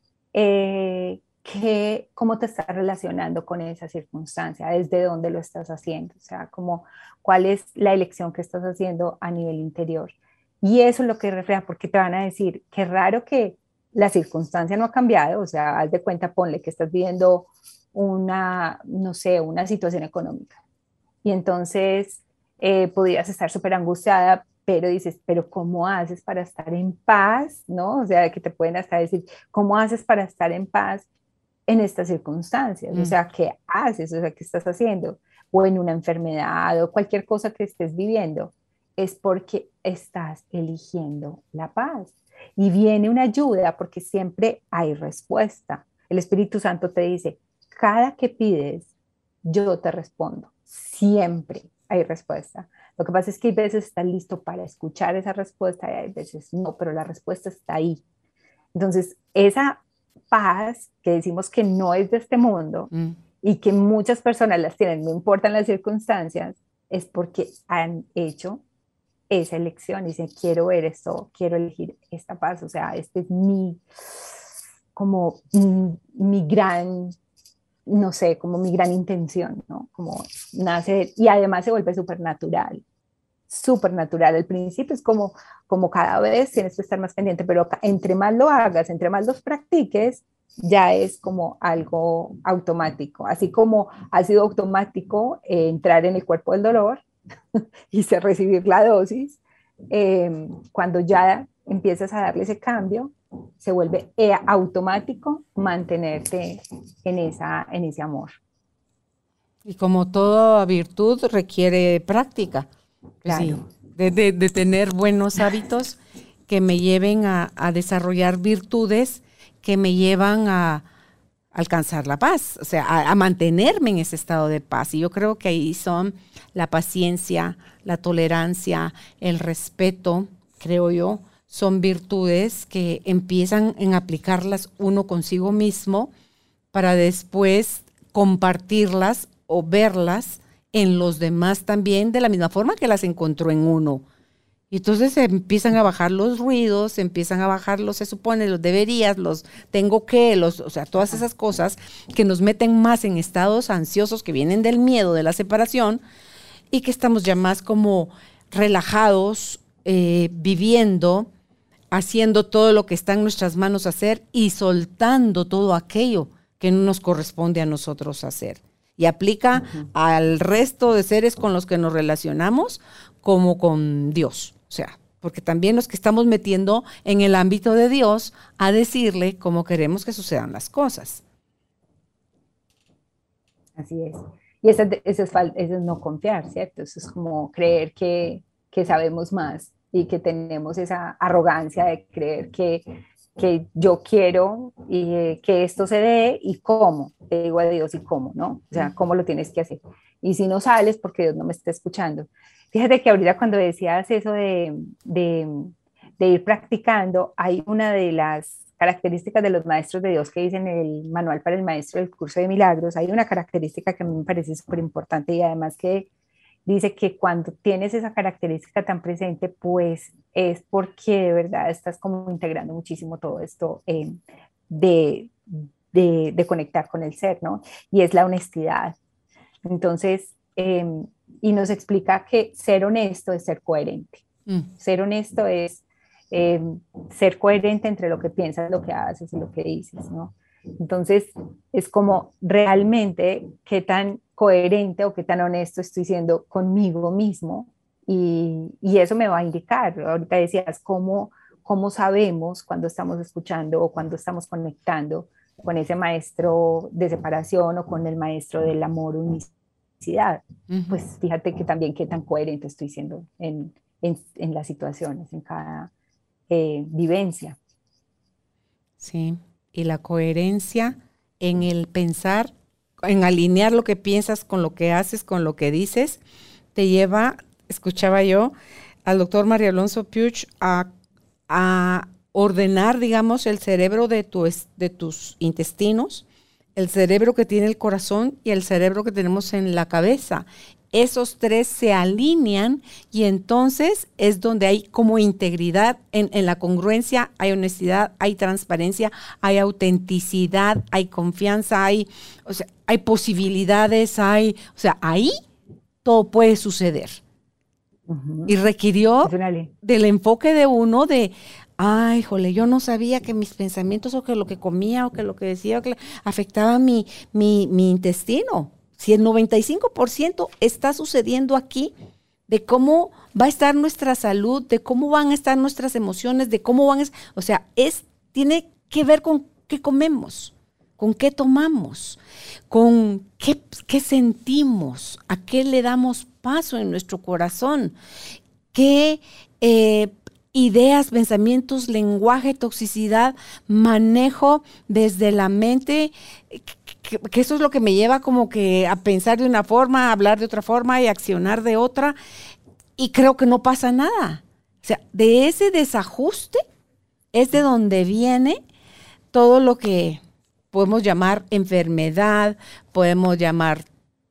eh, que cómo te estás relacionando con esa circunstancia, desde dónde lo estás haciendo, o sea, como cuál es la elección que estás haciendo a nivel interior. Y eso es lo que refleja, porque te van a decir, qué raro que la circunstancia no ha cambiado, o sea, haz de cuenta, ponle que estás viviendo una, no sé, una situación económica, y entonces eh, podrías estar súper angustiada, pero dices, pero ¿cómo haces para estar en paz? ¿No? O sea, que te pueden hasta decir, ¿cómo haces para estar en paz en estas circunstancias? Mm. O sea, ¿qué haces? O sea, ¿qué estás haciendo? O en una enfermedad o cualquier cosa que estés viviendo, es porque estás eligiendo la paz. Y viene una ayuda porque siempre hay respuesta. El Espíritu Santo te dice, cada que pides, yo te respondo. Siempre hay respuesta. Lo que pasa es que hay veces estás listo para escuchar esa respuesta y hay veces no, pero la respuesta está ahí. Entonces, esa paz que decimos que no es de este mundo mm. y que muchas personas las tienen, no importan las circunstancias, es porque han hecho esa elección y dicen, quiero ver esto, quiero elegir esta paz. O sea, este es mi, como mi, mi gran... no sé, como mi gran intención, ¿no? Como nace, y además se vuelve súper natural, súper natural. Al principio es como, como cada vez tienes que estar más pendiente, pero entre más lo hagas, entre más los practiques, ya es como algo automático. Así como ha sido automático eh, entrar en el cuerpo del dolor y se recibir la dosis, eh, cuando ya empiezas a darle ese cambio, se vuelve automático mantenerte en, esa, en ese amor. Y como toda virtud requiere práctica. Claro. Sí, de, de, de tener buenos hábitos que me lleven a, a desarrollar virtudes que me llevan a alcanzar la paz, o sea, a, a mantenerme en ese estado de paz. Y yo creo que ahí son la paciencia, la tolerancia, el respeto, creo yo, son virtudes que empiezan en aplicarlas uno consigo mismo para después compartirlas o verlas en los demás también de la misma forma que las encontró en uno. Y entonces se empiezan a bajar los ruidos, se empiezan a bajar los se supone, los deberías, los tengo que, los, o sea, todas esas cosas que nos meten más en estados ansiosos que vienen del miedo, de la separación, y que estamos ya más como relajados, eh, viviendo, haciendo todo lo que está en nuestras manos hacer y soltando todo aquello que no nos corresponde a nosotros hacer. Y aplica uh-huh. al resto de seres con los que nos relacionamos como con Dios. O sea, porque también los que estamos metiendo en el ámbito de Dios a decirle cómo queremos que sucedan las cosas. Así es. Y eso, eso, es, eso es no confiar, ¿cierto? Eso es como creer que, que sabemos más y que tenemos esa arrogancia de creer que, que yo quiero y, eh, que esto se dé y cómo. Te digo a Dios y cómo, ¿no? O sea, cómo lo tienes que hacer. Y si no sales, porque Dios no me está escuchando. Fíjate que ahorita cuando decías eso de, de, de ir practicando, hay una de las características de los maestros de Dios que dicen en el manual para el maestro del curso de milagros. Hay una característica que a mí me parece súper importante y además que dice que cuando tienes esa característica tan presente, pues es porque de verdad estás como integrando muchísimo todo esto eh, de, de, de conectar con el ser, ¿no? Y es la honestidad. Entonces, eh, y nos explica que ser honesto es ser coherente. Mm. Ser honesto es eh, ser coherente entre lo que piensas, lo que haces y lo que dices, ¿no? Entonces, es como realmente qué tan coherente o qué tan honesto estoy siendo conmigo mismo y, y eso me va a indicar. Ahorita decías cómo, cómo sabemos cuando estamos escuchando o cuando estamos conectando con ese maestro de separación o con el maestro del amor unicidad. Uh-huh. Pues fíjate que también qué tan coherente estoy siendo en, en, en las situaciones, en cada eh, vivencia. Sí. Y la coherencia en el pensar, en alinear lo que piensas con lo que haces, con lo que dices, te lleva, escuchaba yo, al doctor María Alonso Puig a, a ordenar, digamos, el cerebro de, tu, de tus intestinos, el cerebro que tiene el corazón y el cerebro que tenemos en la cabeza. Esos tres se alinean y entonces es donde hay como integridad en, en la congruencia, hay honestidad, hay transparencia, hay autenticidad, hay confianza, hay, o sea, hay posibilidades, hay, o sea, ahí todo puede suceder. Uh-huh. Y requirió del enfoque de uno de, ay, jole, yo no sabía que mis pensamientos o que lo que comía o que lo que decía o que afectaba mi, mi, mi intestino. Si el noventa y cinco por ciento está sucediendo aquí, de cómo va a estar nuestra salud, de cómo van a estar nuestras emociones, de cómo van a... O sea, es, tiene que ver con qué comemos, con qué tomamos, con qué, qué sentimos, a qué le damos paso en nuestro corazón, qué eh, ideas, pensamientos, lenguaje, toxicidad, manejo desde la mente, que, que eso es lo que me lleva como que a pensar de una forma, a hablar de otra forma y accionar de otra, y creo que no pasa nada. O sea, de ese desajuste es de donde viene todo lo que podemos llamar enfermedad, podemos llamar,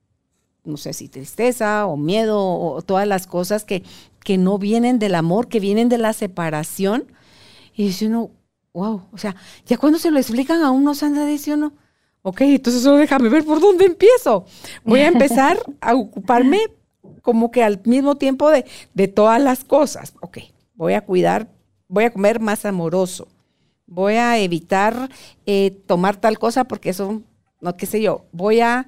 no sé si tristeza o miedo o todas las cosas que, que no vienen del amor, que vienen de la separación. Y dice uno, wow, o sea, ya cuando se lo explican a uno, Sandra, dice uno, ok, entonces solo déjame ver por dónde empiezo. Voy a empezar a ocuparme como que al mismo tiempo de, de todas las cosas. Ok, voy a cuidar, voy a comer más amoroso. Voy a evitar eh, tomar tal cosa porque eso, no qué sé yo, voy a,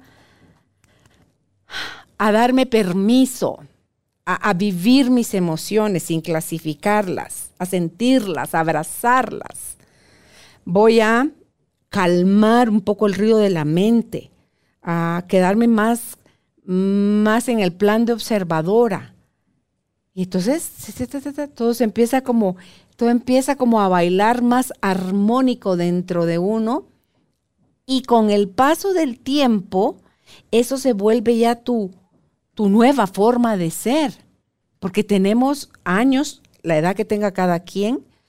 a darme permiso a, a vivir mis emociones sin clasificarlas, a sentirlas, a abrazarlas. Voy a calmar un poco el ruido de la mente, a quedarme más, más en el plan de observadora. Y entonces todo se empieza como, todo empieza como a bailar más armónico dentro de uno y con el paso del tiempo eso se vuelve ya tu, tu nueva forma de ser, porque tenemos años, la edad que tenga cada quien,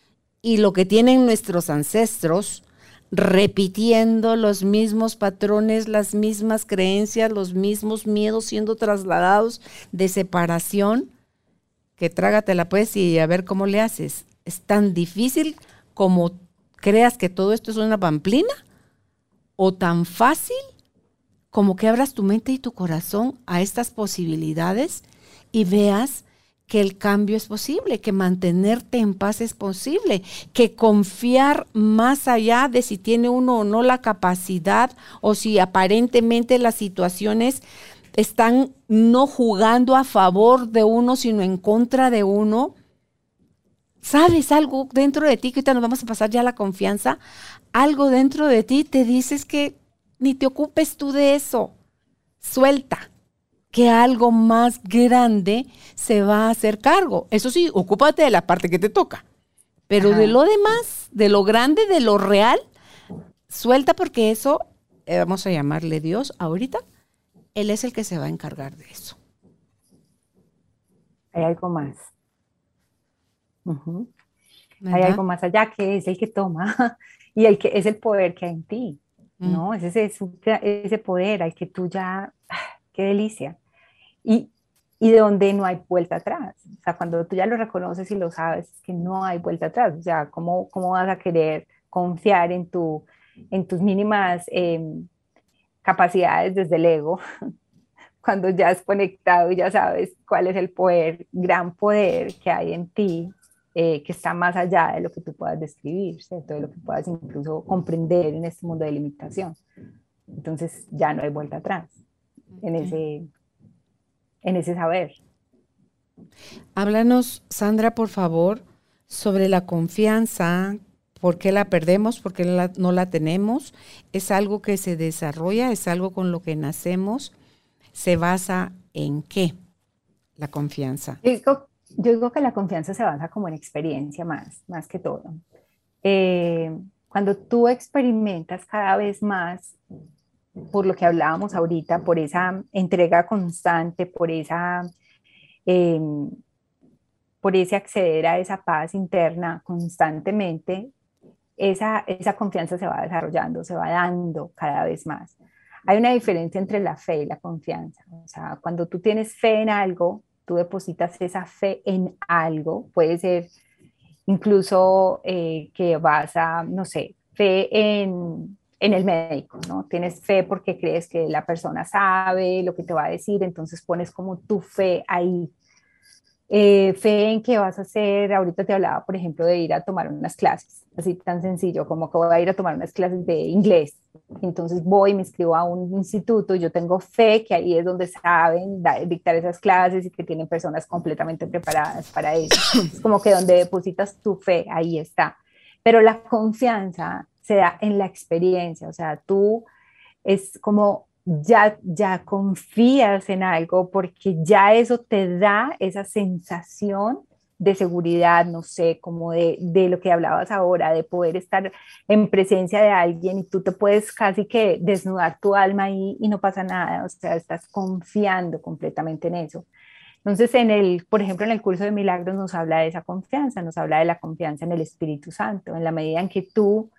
y lo que tienen nuestros ancestros, repitiendo los mismos patrones, las mismas creencias, los mismos miedos siendo trasladados de separación, que trágatela pues y a ver cómo le haces. Es tan difícil como creas que todo esto es una pamplina, o tan fácil como que abras tu mente y tu corazón a estas posibilidades y veas que el cambio es posible, que mantenerte en paz es posible, que confiar más allá de si tiene uno o no la capacidad o si aparentemente las situaciones están no jugando a favor de uno, sino en contra de uno. ¿Sabes algo dentro de ti? Que ahorita nos vamos a pasar ya a la confianza. Algo dentro de ti te dices que ni te ocupes tú de eso. Suelta. Que algo más grande se va a hacer cargo. Eso sí, ocúpate de la parte que te toca. Pero Ajá. de lo demás, de lo grande, de lo real, suelta porque eso, eh, vamos a llamarle Dios ahorita, Él es el que se va a encargar de eso. Hay algo más. Uh-huh. Hay algo más allá que es el que toma y el que es el poder que hay en ti. Mm. ¿No? Es ese, ese poder al que tú ya... ¡Qué delicia! Y, y de donde no hay vuelta atrás. O sea, cuando tú ya lo reconoces y lo sabes, es que no hay vuelta atrás. O sea, ¿cómo, cómo vas a querer confiar en, tu, en tus mínimas eh, capacidades desde el ego cuando ya has conectado y ya sabes cuál es el poder, gran poder que hay en ti, eh, que está más allá de lo que tú puedas describir, ¿cierto? De lo que puedas incluso comprender en este mundo de limitación? Entonces ya no hay vuelta atrás en ese, en ese saber. Háblanos, Sandra, por favor, sobre la confianza. ¿Por qué la perdemos? ¿Por qué la, no la tenemos? ¿Es algo que se desarrolla? ¿Es algo con lo que nacemos? ¿Se basa en qué la confianza? Yo digo, yo digo que la confianza se basa como en experiencia más, más que todo. Eh, cuando tú experimentas cada vez más, por lo que hablábamos ahorita, por esa entrega constante, por esa, eh, por ese acceder a esa paz interna constantemente, esa, esa confianza se va desarrollando, se va dando cada vez más. Hay una diferencia entre la fe y la confianza. O sea, cuando tú tienes fe en algo, tú depositas esa fe en algo, puede ser incluso eh, que vas a, no sé, fe en, en el médico, ¿no? Tienes fe porque crees que la persona sabe lo que te va a decir, entonces pones como tu fe ahí. Eh, fe en que vas a hacer, ahorita te hablaba, por ejemplo, de ir a tomar unas clases, así tan sencillo como que voy a ir a tomar unas clases de inglés. Entonces voy, me inscribo a un instituto y yo tengo fe que ahí es donde saben da, dictar esas clases y que tienen personas completamente preparadas para eso. Es como que donde depositas tu fe, ahí está. Pero la confianza se da en la experiencia, o sea, tú es como ya, ya confías en algo porque ya eso te da esa sensación de seguridad, no sé, como de, de lo que hablabas ahora, de poder estar en presencia de alguien y tú te puedes casi que desnudar tu alma ahí y no pasa nada, o sea, estás confiando completamente en eso. Entonces, en el, por ejemplo, en el curso de milagros nos habla de esa confianza, nos habla de la confianza en el Espíritu Santo, en la medida en que tú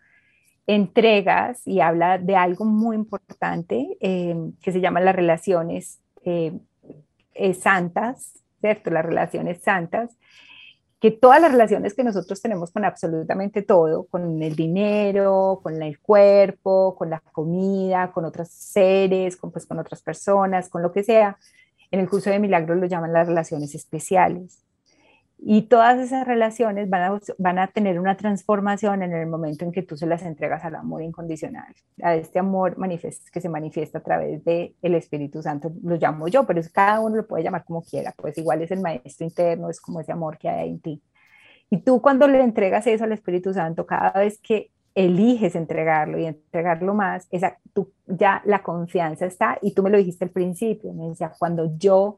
entregas y habla de algo muy importante eh, que se llama las relaciones eh, eh, santas, ¿cierto? Las relaciones santas, que todas las relaciones que nosotros tenemos con absolutamente todo, con el dinero, con el cuerpo, con la comida, con otros seres, con, pues, con otras personas, con lo que sea, en el curso de milagros lo llaman las relaciones especiales. Y todas esas relaciones van a, van a tener una transformación en el momento en que tú se las entregas al amor incondicional, a este amor que se manifiesta a través del Espíritu Santo, lo llamo yo, pero es, cada uno lo puede llamar como quiera, pues igual es el maestro interno, es como ese amor que hay en ti. Y tú cuando le entregas eso al Espíritu Santo, cada vez que eliges entregarlo y entregarlo más, esa, tú, ya la confianza está, y tú me lo dijiste al principio, me decía, cuando yo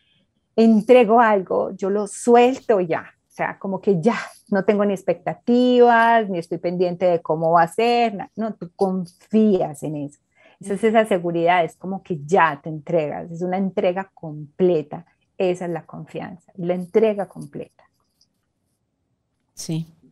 entrego algo, yo lo suelto ya, o sea, como que ya no tengo ni expectativas, ni estoy pendiente de cómo va a ser, no, tú confías en eso. Esa es esa seguridad, es como que ya te entregas, es una entrega completa, esa es la confianza, la entrega completa. Sí,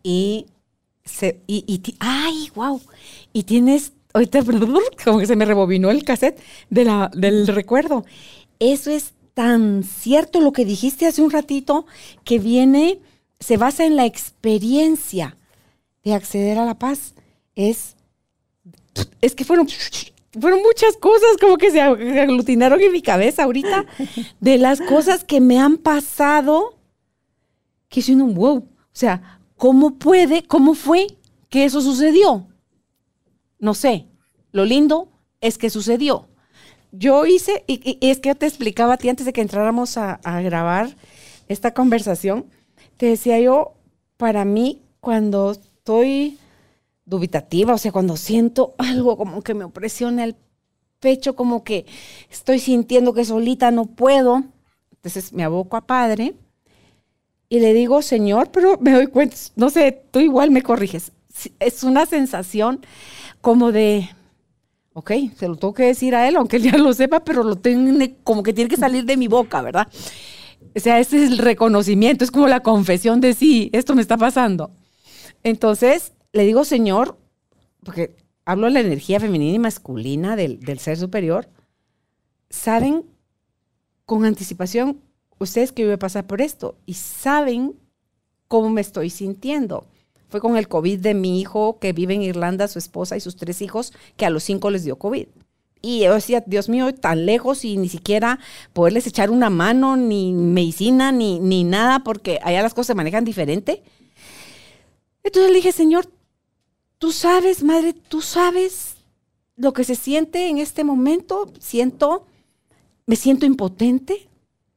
y, se, y, y, ay, wow, y tienes, ahorita como que se me rebobinó el cassette de la, del recuerdo. Eso es tan cierto lo que dijiste hace un ratito, que viene, se basa en la experiencia de acceder a la paz. Es, es que fueron... Fueron muchas cosas como que se aglutinaron en mi cabeza ahorita, de las cosas que me han pasado, que es un wow. O sea, ¿cómo puede, cómo fue que eso sucedió? No sé. Lo lindo es que sucedió. Yo hice, y, y es que yo te explicaba a ti antes de que entráramos a, a grabar esta conversación, te decía yo, para mí, cuando estoy dubitativa, o sea, cuando siento algo como que me opresiona el pecho, como que estoy sintiendo que solita no puedo, entonces me aboco a Padre y le digo, Señor, pero me doy cuenta, no sé, tú igual me corriges, es una sensación como de, ok, se lo tengo que decir a él, aunque él ya lo sepa, pero lo tengo como que tiene que salir de mi boca, ¿verdad? O sea, ese es el reconocimiento, es como la confesión de sí, esto me está pasando. Entonces, le digo, Señor, porque hablo de la energía femenina y masculina del, del ser superior, saben con anticipación ustedes que yo voy a pasar por esto y saben cómo me estoy sintiendo. Fue con el COVID de mi hijo que vive en Irlanda, su esposa y sus tres hijos, que a los cinco les dio COVID. Y yo decía, Dios mío, tan lejos y ni siquiera poderles echar una mano, ni medicina, ni, ni nada, porque allá las cosas se manejan diferente. Entonces le dije, Señor, tú sabes, Madre, tú sabes lo que se siente en este momento. Siento, me siento impotente,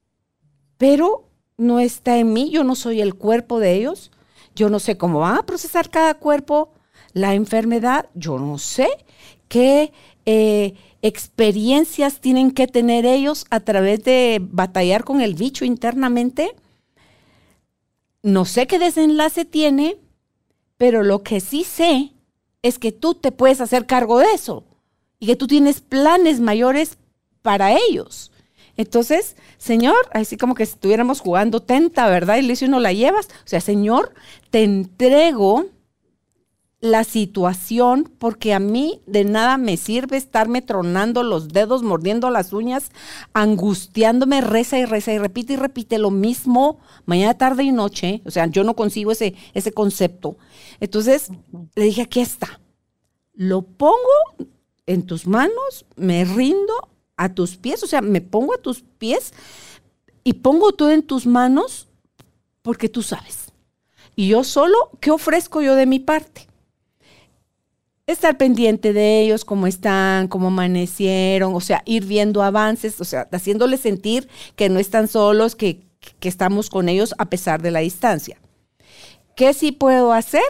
pero no está en mí. Yo no soy el cuerpo de ellos. Yo no sé cómo va a procesar cada cuerpo la enfermedad. Yo no sé qué eh, experiencias tienen que tener ellos a través de batallar con el bicho internamente. No sé qué desenlace tiene, pero lo que sí sé es que tú te puedes hacer cargo de eso y que tú tienes planes mayores para ellos. Entonces, Señor, así como que estuviéramos jugando tenta, ¿verdad? Y le dice uno, ¿la llevas? O sea, Señor, te entrego la situación porque a mí de nada me sirve estarme tronando los dedos, mordiendo las uñas, angustiándome, reza y reza y repite y repite lo mismo mañana, tarde y noche. O sea, yo no consigo ese, ese concepto. Entonces, uh-huh. le dije, aquí está. Lo pongo en tus manos, me rindo a tus pies, o sea, me pongo a tus pies y pongo todo en tus manos porque tú sabes. Y yo solo, ¿qué ofrezco yo de mi parte? Estar pendiente de ellos, cómo están, cómo amanecieron, o sea, ir viendo avances, o sea, haciéndoles sentir que no están solos, que, que estamos con ellos a pesar de la distancia. ¿Qué sí puedo hacer?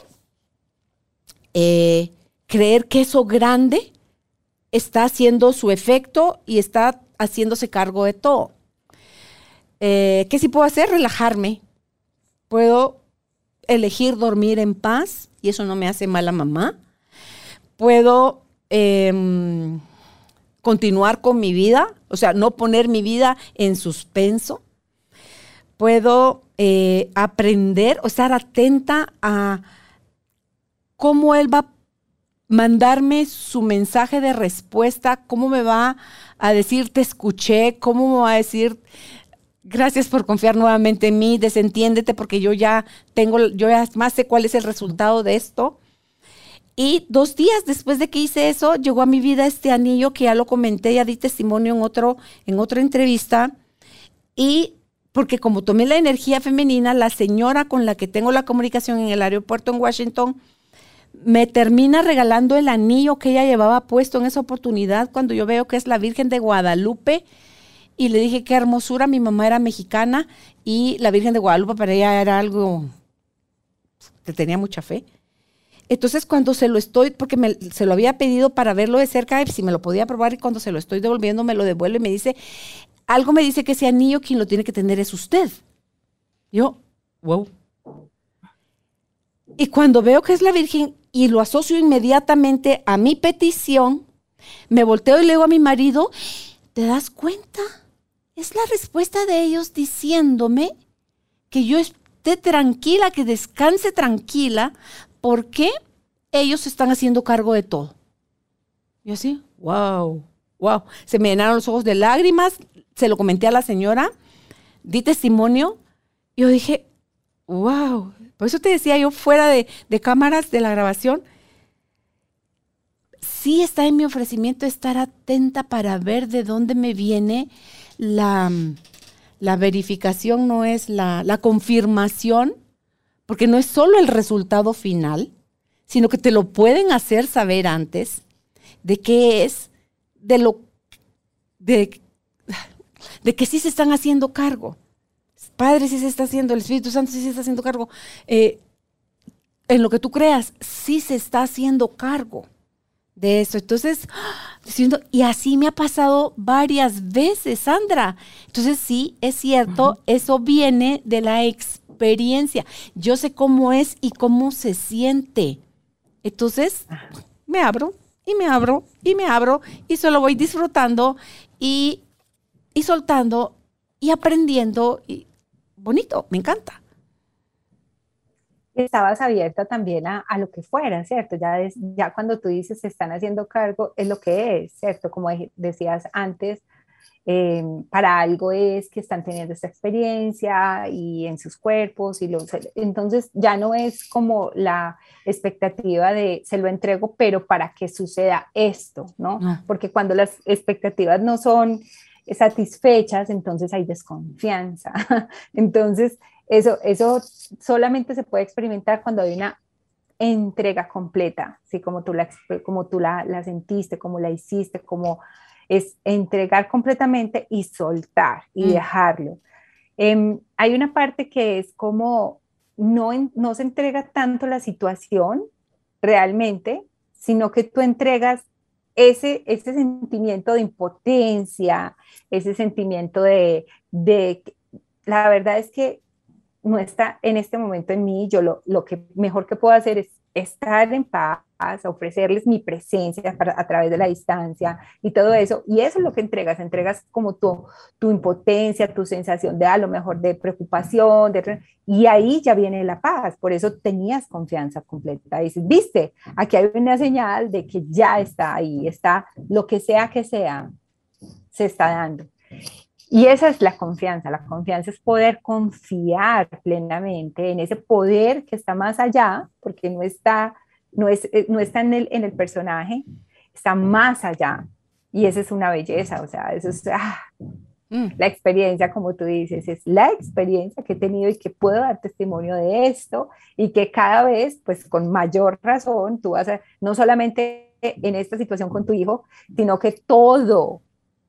Eh, creer que eso grande está haciendo su efecto y está haciéndose cargo de todo. Eh, ¿Qué sí puedo hacer? Relajarme. Puedo elegir dormir en paz y eso no me hace mala mamá. Puedo eh, continuar con mi vida, o sea, no poner mi vida en suspenso. Puedo eh, aprender o estar atenta a cómo él va a mandarme su mensaje de respuesta, cómo me va a decir te escuché, cómo me va a decir gracias por confiar nuevamente en mí, desentiéndete porque yo ya tengo, yo ya más sé cuál es el resultado de esto. Y dos días después de que hice eso, llegó a mi vida este anillo que ya lo comenté, ya di testimonio en, otro, en otra entrevista. Y porque como tomé la energía femenina, la señora con la que tengo la comunicación en el aeropuerto en Washington, me termina regalando el anillo que ella llevaba puesto en esa oportunidad cuando yo veo que es la Virgen de Guadalupe. Y le dije, qué hermosura, mi mamá era mexicana y la Virgen de Guadalupe para ella era algo que tenía mucha fe. Entonces, cuando se lo estoy, porque me, se lo había pedido para verlo de cerca, si me lo podía probar, y cuando se lo estoy devolviendo, me lo devuelve y me dice, algo me dice que ese anillo quien lo tiene que tener es usted. Yo, wow. Y cuando veo que es la Virgen y lo asocio inmediatamente a mi petición, me volteo y le digo a mi marido, ¿te das cuenta? Es la respuesta de ellos diciéndome que yo esté tranquila, que descanse tranquila, porque ellos se están haciendo cargo de todo. Y así, wow, wow. Se me llenaron los ojos de lágrimas, se lo comenté a la señora, di testimonio, y yo dije, wow. Por eso te decía yo, fuera de, de cámaras de la grabación, sí está en mi ofrecimiento estar atenta para ver de dónde me viene la, la verificación, no es la, la confirmación, porque no es solo el resultado final, sino que te lo pueden hacer saber antes de qué es, de lo, de, de que sí se están haciendo cargo. Padre sí se está haciendo, el Espíritu Santo sí se está haciendo cargo. Eh, en lo que tú creas, sí se está haciendo cargo de eso. Entonces, diciendo, y así me ha pasado varias veces, Sandra. Entonces, sí, es cierto, uh-huh. Eso viene de la experiencia. Yo sé cómo es y cómo se siente. Entonces, me abro y me abro y me abro y solo voy disfrutando y, y soltando y aprendiendo. Y bonito, me encanta. Estabas abierta también a, a lo que fuera, ¿cierto? Ya, es, ya cuando tú dices se están haciendo cargo, es lo que es, ¿cierto? Como decías antes, eh, para algo es que están teniendo esta experiencia y en sus cuerpos, y los, entonces ya no es como la expectativa de se lo entrego, pero para que suceda esto, ¿no? No. Porque cuando las expectativas no son satisfechas, entonces hay desconfianza. Entonces, eso, eso solamente se puede experimentar cuando hay una entrega completa, ¿sí? Como tú, la, como tú la, la sentiste, como la hiciste, como es entregar completamente y soltar y mm. dejarlo. Eh, hay una parte que es como no, en, no se entrega tanto la situación realmente, sino que tú entregas ese, ese sentimiento de impotencia, ese sentimiento de, de, la verdad es que no está en este momento en mí, yo lo, lo que mejor que puedo hacer es estar en paz, ofrecerles mi presencia para, a través de la distancia y todo eso, y eso es lo que entregas, entregas como tu, tu impotencia, tu sensación de a lo mejor de preocupación, de, y ahí ya viene la paz, por eso tenías confianza completa, y dices, viste, aquí hay una señal de que ya está ahí, está lo que sea que sea, se está dando. Y esa es la confianza, la confianza es poder confiar plenamente en ese poder que está más allá, porque no está, no es, no está en el, en el personaje, está más allá. Y esa es una belleza, o sea, eso es ah, mm. la experiencia, como tú dices, es la experiencia que he tenido y que puedo dar testimonio de esto y que cada vez, pues con mayor razón, tú vas a, no solamente en esta situación con tu hijo, sino que todo,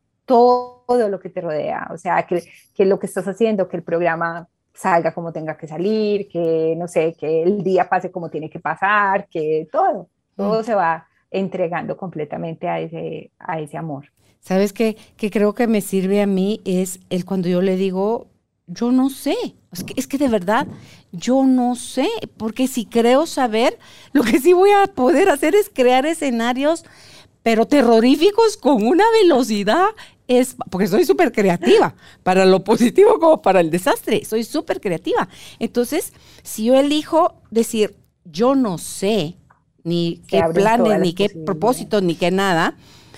todo lo que te rodea, o sea, que, que lo que estás haciendo, que el programa salga como tenga que salir, que no sé, que el día pase como tiene que pasar, que todo, todo mm. se va entregando completamente a ese, a ese amor. ¿Sabes qué? Que creo que me sirve a mí es el cuando yo le digo, yo no sé, es que, es que de verdad, yo no sé, porque si creo saber, lo que sí voy a poder hacer es crear escenarios, pero terroríficos con una velocidad. Es, porque soy súper creativa, para lo positivo como para el desastre, soy súper creativa. Entonces, si yo elijo decir, yo no sé, ni qué planes, ni qué propósitos, ni qué nada,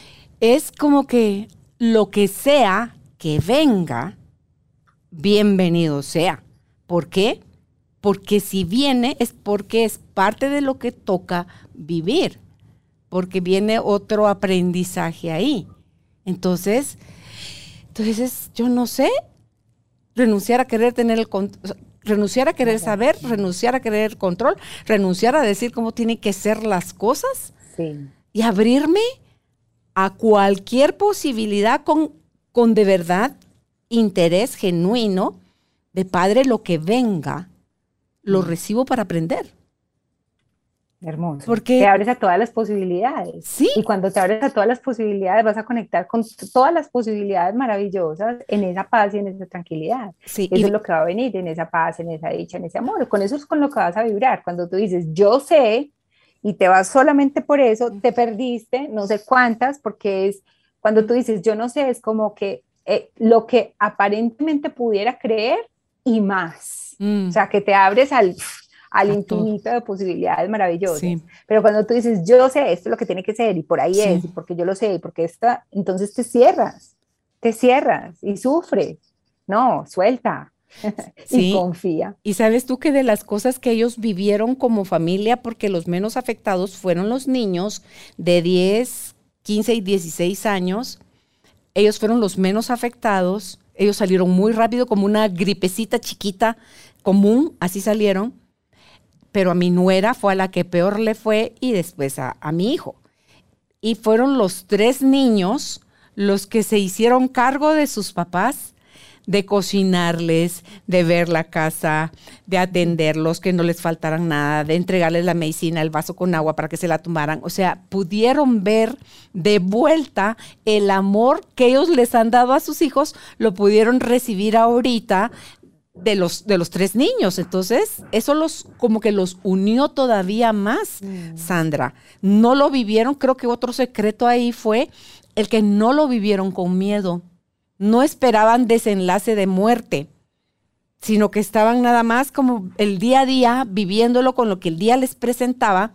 es como que lo que sea que venga, bienvenido sea. ¿Por qué? Porque si viene es porque es parte de lo que toca vivir, porque viene otro aprendizaje ahí. Entonces, entonces, yo no sé, renunciar a querer tener el control, renunciar a querer saber, renunciar a querer el control, renunciar a decir cómo tienen que ser las cosas sí. y abrirme a cualquier posibilidad con, con de verdad interés genuino de Padre, lo que venga, lo mm. recibo para aprender. Hermoso. Porque te abres a todas las posibilidades. ¿Sí? Y cuando te abres a todas las posibilidades, vas a conectar con todas las posibilidades maravillosas en esa paz y en esa tranquilidad. Sí, eso y... es lo que va a venir, en esa paz, en esa dicha, en ese amor. Con eso es con lo que vas a vibrar. Cuando tú dices, yo sé, y te vas solamente por eso, te perdiste, no sé cuántas, porque es, cuando tú dices, yo no sé, es como que eh, lo que aparentemente pudiera creer, y más. Mm. O sea, que te abres al, al A infinito todo. de posibilidades maravillosas. Sí, Pero cuando tú dices, yo sé, esto es lo que tiene que ser, y por ahí sí, es, y porque yo lo sé, y porque está, entonces te cierras, te cierras y sufres. No, suelta y sí. confía. Y sabes tú que de las cosas que ellos vivieron como familia, porque los menos afectados fueron los niños de diez, quince y dieciséis años, ellos fueron los menos afectados, ellos salieron muy rápido como una gripecita chiquita común, así salieron, pero a mi nuera fue a la que peor le fue y después a, a mi hijo. Y fueron los tres niños los que se hicieron cargo de sus papás, de cocinarles, de ver la casa, de atenderlos, que no les faltaran nada, de entregarles la medicina, el vaso con agua para que se la tomaran. O sea, pudieron ver de vuelta el amor que ellos les han dado a sus hijos, lo pudieron recibir ahorita de los, de los tres niños. Entonces, eso los como que los unió todavía más, mm. Sandra. No lo vivieron, creo que otro secreto ahí fue el que no lo vivieron con miedo. No esperaban desenlace de muerte, sino que estaban nada más como el día a día, viviéndolo con lo que el día les presentaba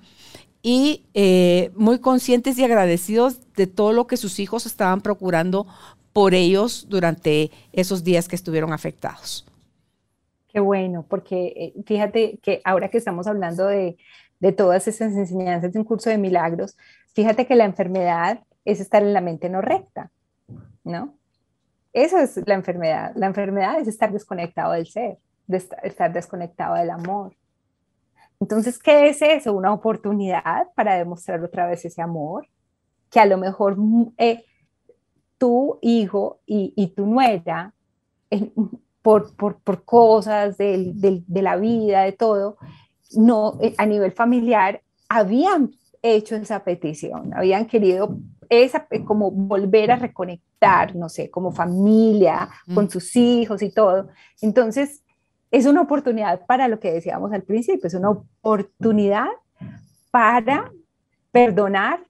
y eh, muy conscientes y agradecidos de todo lo que sus hijos estaban procurando por ellos durante esos días que estuvieron afectados. Qué bueno, porque eh, fíjate que ahora que estamos hablando de, de todas esas enseñanzas de un curso de milagros, fíjate que la enfermedad es estar en la mente no recta, ¿no? Eso es la enfermedad. La enfermedad es estar desconectado del ser, de estar, estar desconectado del amor. Entonces, ¿qué es eso? Una oportunidad para demostrar otra vez ese amor, que a lo mejor eh, tu hijo y, y tu nuera, eh, por, por, por cosas de, de, de la vida, de todo, no, eh, a nivel familiar, habían hecho esa petición, habían querido esa, como volver a reconectar, no sé, como familia, mm. con sus hijos y todo. Entonces, es una oportunidad para lo que decíamos al principio, es una oportunidad para perdonar.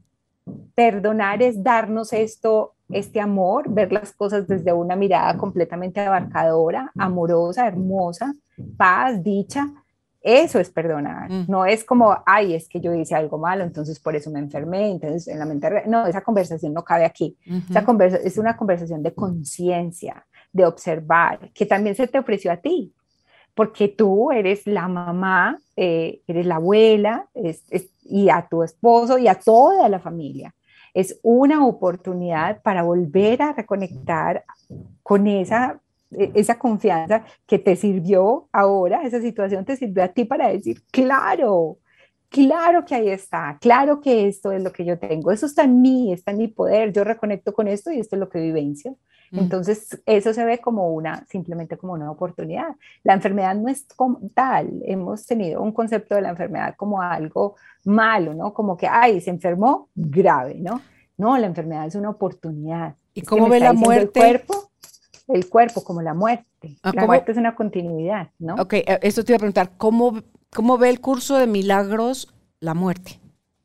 Perdonar es darnos esto, este amor, ver las cosas desde una mirada completamente abarcadora, amorosa, hermosa, paz, dicha. Eso es perdonar. Mm. No es como, ay, es que yo hice algo malo, entonces por eso me enfermé, entonces en la mente... No, esa conversación no cabe aquí. Uh-huh. Esa conversa es una conversación de conciencia, de observar, que también se te ofreció a ti, porque tú eres la mamá, eh, eres la abuela, es, es, y a tu esposo y a toda la familia. Es una oportunidad para volver a reconectar con esa, esa confianza que te sirvió ahora, esa situación te sirvió a ti para decir, claro, claro que ahí está, claro que esto es lo que yo tengo, eso está en mí, está en mi poder, yo reconecto con esto y esto es lo que vivencio. Entonces, eso se ve como una, simplemente como una oportunidad. La enfermedad no es como tal. Hemos tenido un concepto de la enfermedad como algo malo, ¿no? Como que, ay, se enfermó, grave, ¿no? No, la enfermedad es una oportunidad. ¿Y es cómo ve la muerte? El cuerpo, el cuerpo como la muerte. Ah, la ¿cómo? Muerte es una continuidad, ¿no? Ok, esto te iba a preguntar, ¿cómo, cómo ve el curso de milagros la muerte?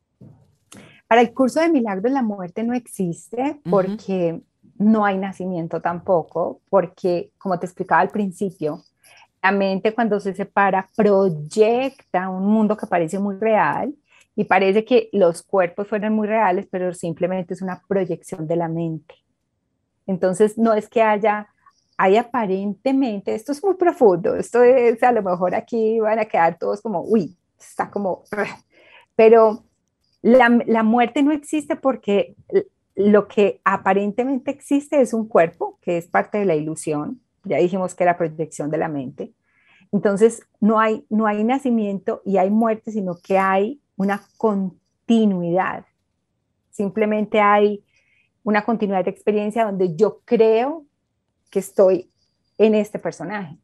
Para el curso de milagros la muerte no existe porque... Uh-huh. No hay nacimiento tampoco, porque, como te explicaba al principio, la mente cuando se separa proyecta un mundo que parece muy real y parece que los cuerpos fueran muy reales, pero simplemente es una proyección de la mente. Entonces, no es que haya, hay aparentemente, esto es muy profundo, esto es, a lo mejor aquí van a quedar todos como, uy, está como, pero la, la muerte no existe porque... Lo que aparentemente existe es un cuerpo, que es parte de la ilusión. Ya dijimos que era proyección de la mente. Entonces, no hay, no hay nacimiento y hay muerte, sino que hay una continuidad. Simplemente hay una continuidad de experiencia donde yo creo que estoy en este personaje.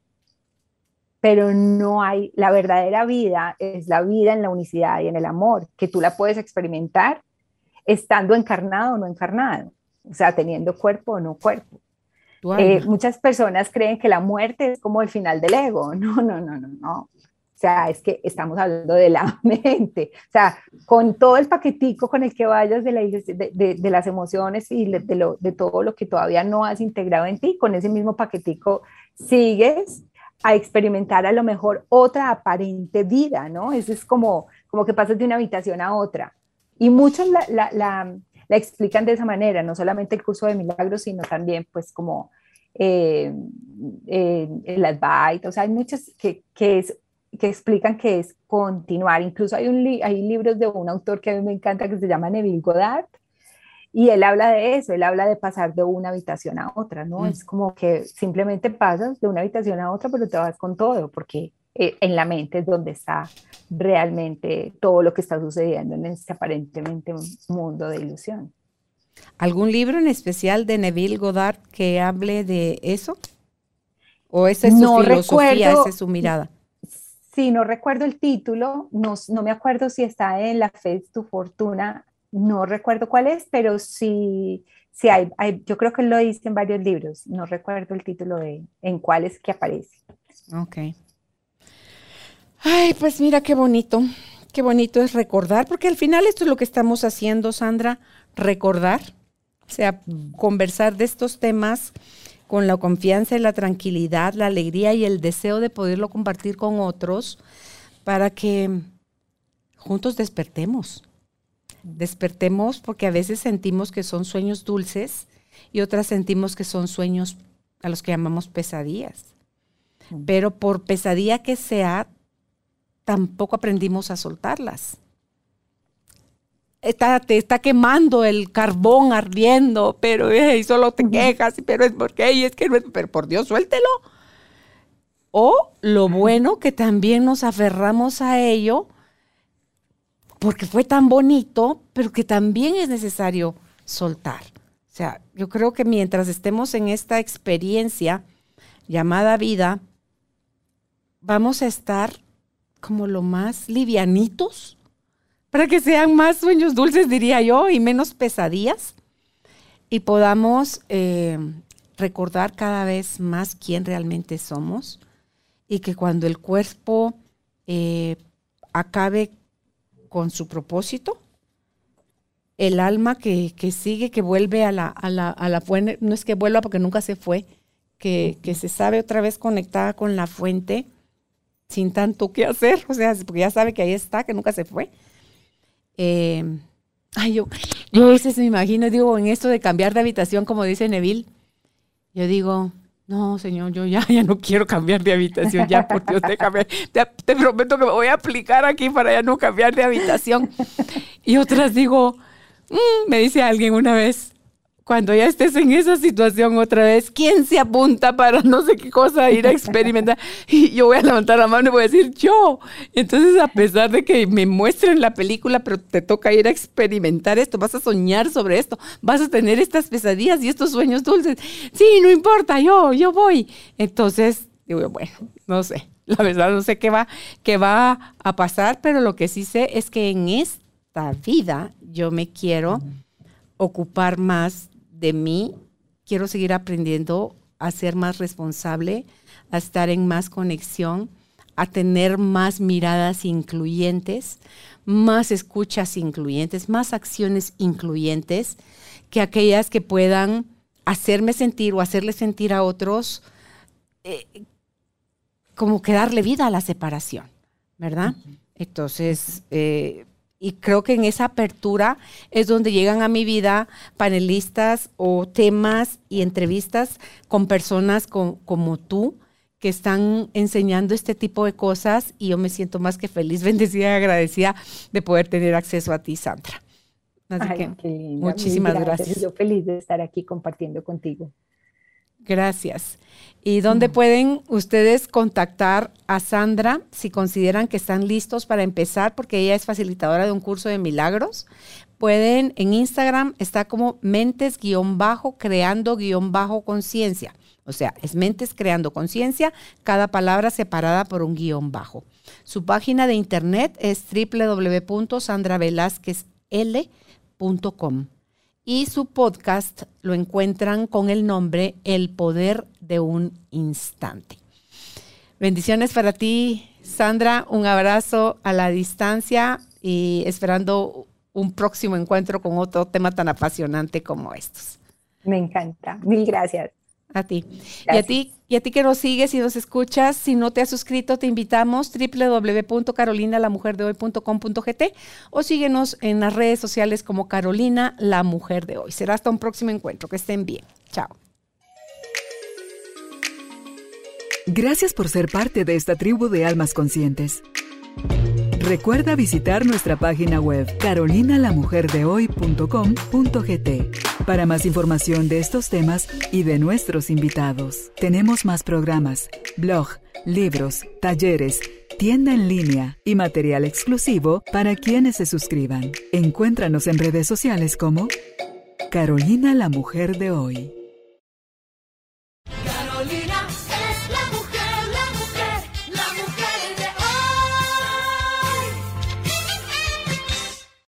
Pero no hay, la verdadera vida es la vida en la unicidad y en el amor, que tú la puedes experimentar estando encarnado o no encarnado, o sea, teniendo cuerpo o no cuerpo. Eh, muchas personas creen que la muerte es como el final del ego. No, no, no, no, no. O sea, es que estamos hablando de la mente. O sea, con todo el paquetico con el que vayas de, la, de, de, de las emociones y de, lo, de todo lo que todavía no has integrado en ti, con ese mismo paquetico sigues a experimentar a lo mejor otra aparente vida, ¿no? Eso es como, como que pasas de una habitación a otra. Y muchos la, la, la, la explican de esa manera, no solamente el curso de milagros, sino también pues como eh, eh, el Advaita, o sea, hay muchos que, que, es, que explican que es continuar. Incluso hay, un li hay libros de un autor que a mí me encanta que se llama Neville Goddard, y él habla de eso, él habla de pasar de una habitación a otra, ¿no? Mm. Es como que simplemente pasas de una habitación a otra, pero te vas con todo, porque eh, en la mente es donde está realmente todo lo que está sucediendo en este aparentemente mundo de ilusión. ¿Algún libro en especial de Neville Goddard que hable de eso? ¿O esa es no su filosofía, recuerdo, esa es su mirada? Sí, no recuerdo el título, no, no me acuerdo si está en La Fe es tu fortuna, no recuerdo cuál es, pero sí, sí hay, hay, yo creo que lo dice en varios libros, no recuerdo el título de en cuál es que aparece. Ok. Ay, pues mira qué bonito, qué bonito es recordar, porque al final esto es lo que estamos haciendo, Sandra, recordar, o sea, conversar de estos temas con la confianza y la tranquilidad, la alegría y el deseo de poderlo compartir con otros para que juntos despertemos. Despertemos porque a veces sentimos que son sueños dulces y otras sentimos que son sueños a los que llamamos pesadillas. Pero por pesadilla que sea, tampoco aprendimos a soltarlas. Está, te está quemando el carbón ardiendo, pero eh, y solo te quejas, pero es porque, y es que no es, pero por Dios, suéltelo. O lo bueno que también nos aferramos a ello, porque fue tan bonito, pero que también es necesario soltar. O sea, yo creo que mientras estemos en esta experiencia llamada vida, vamos a estar como lo más livianitos, para que sean más sueños dulces, diría yo, y menos pesadillas, y podamos eh, recordar cada vez más quién realmente somos, y que cuando el cuerpo eh, acabe con su propósito, el alma que, que sigue, que vuelve a la, a, la, a la fuente, no es que vuelva porque nunca se fue, que, que se sabe otra vez conectada con la fuente, sin tanto que hacer, o sea, porque ya sabe que ahí está, que nunca se fue. Eh, ay, yo, yo a veces me imagino, digo, en esto de cambiar de habitación, como dice Neville, yo digo, no, señor, yo ya, ya no quiero cambiar de habitación, ya, por Dios, déjame, te, te prometo que me voy a aplicar aquí para ya no cambiar de habitación. Y otras digo, mmm, me dice alguien una vez, cuando ya estés en esa situación otra vez, ¿quién se apunta para no sé qué cosa ir a experimentar? Y yo voy a levantar la mano y voy a decir, yo. Entonces, a pesar de que me muestren la película, pero te toca ir a experimentar esto, vas a soñar sobre esto, vas a tener estas pesadillas y estos sueños dulces. Sí, no importa, yo, yo voy. Entonces, digo, bueno, no sé. La verdad, no sé qué va, qué va a pasar, pero lo que sí sé es que en esta vida yo me quiero ocupar más de mí, quiero seguir aprendiendo a ser más responsable, a estar en más conexión, a tener más miradas incluyentes, más escuchas incluyentes, más acciones incluyentes, que aquellas que puedan hacerme sentir o hacerle sentir a otros eh, como que darle vida a la separación, ¿verdad? Uh-huh. Entonces, eh, y creo que en esa apertura es donde llegan a mi vida panelistas o temas y entrevistas con personas con, como tú, que están enseñando este tipo de cosas, y yo me siento más que feliz, bendecida y agradecida de poder tener acceso a ti, Sandra. Así Ay, que qué linda, muchísimas gracias. gracias. Yo feliz de estar aquí compartiendo contigo. Gracias. ¿Y dónde mm. pueden ustedes contactar a Sandra si consideran que están listos para empezar? Porque ella es facilitadora de un curso de milagros. Pueden, en Instagram está como mentes-creando-conciencia. O sea, es mentes creando conciencia, cada palabra separada por un guión bajo. Su página de internet es doble u doble u doble u punto sandra velázquez l punto com. Y su podcast lo encuentran con el nombre El Poder de un Instante. Bendiciones para ti, Sandra. Un abrazo a la distancia y esperando un próximo encuentro con otro tema tan apasionante como estos. Me encanta. Mil gracias. A ti. Y a ti, y a ti que nos sigues y nos escuchas, si no te has suscrito, te invitamos doble u doble u doble u punto carolina la mujer de hoy punto com punto g t o síguenos en las redes sociales como Carolina la Mujer de Hoy. Será hasta un próximo encuentro. Que estén bien. Chao. Gracias por ser parte de esta tribu de almas conscientes. Recuerda visitar nuestra página web carolina la mujer de hoy punto com punto g t para más información de estos temas y de nuestros invitados. Tenemos más programas, blog, libros, talleres, tienda en línea y material exclusivo para quienes se suscriban. Encuéntranos en redes sociales como Carolina la Mujer de Hoy.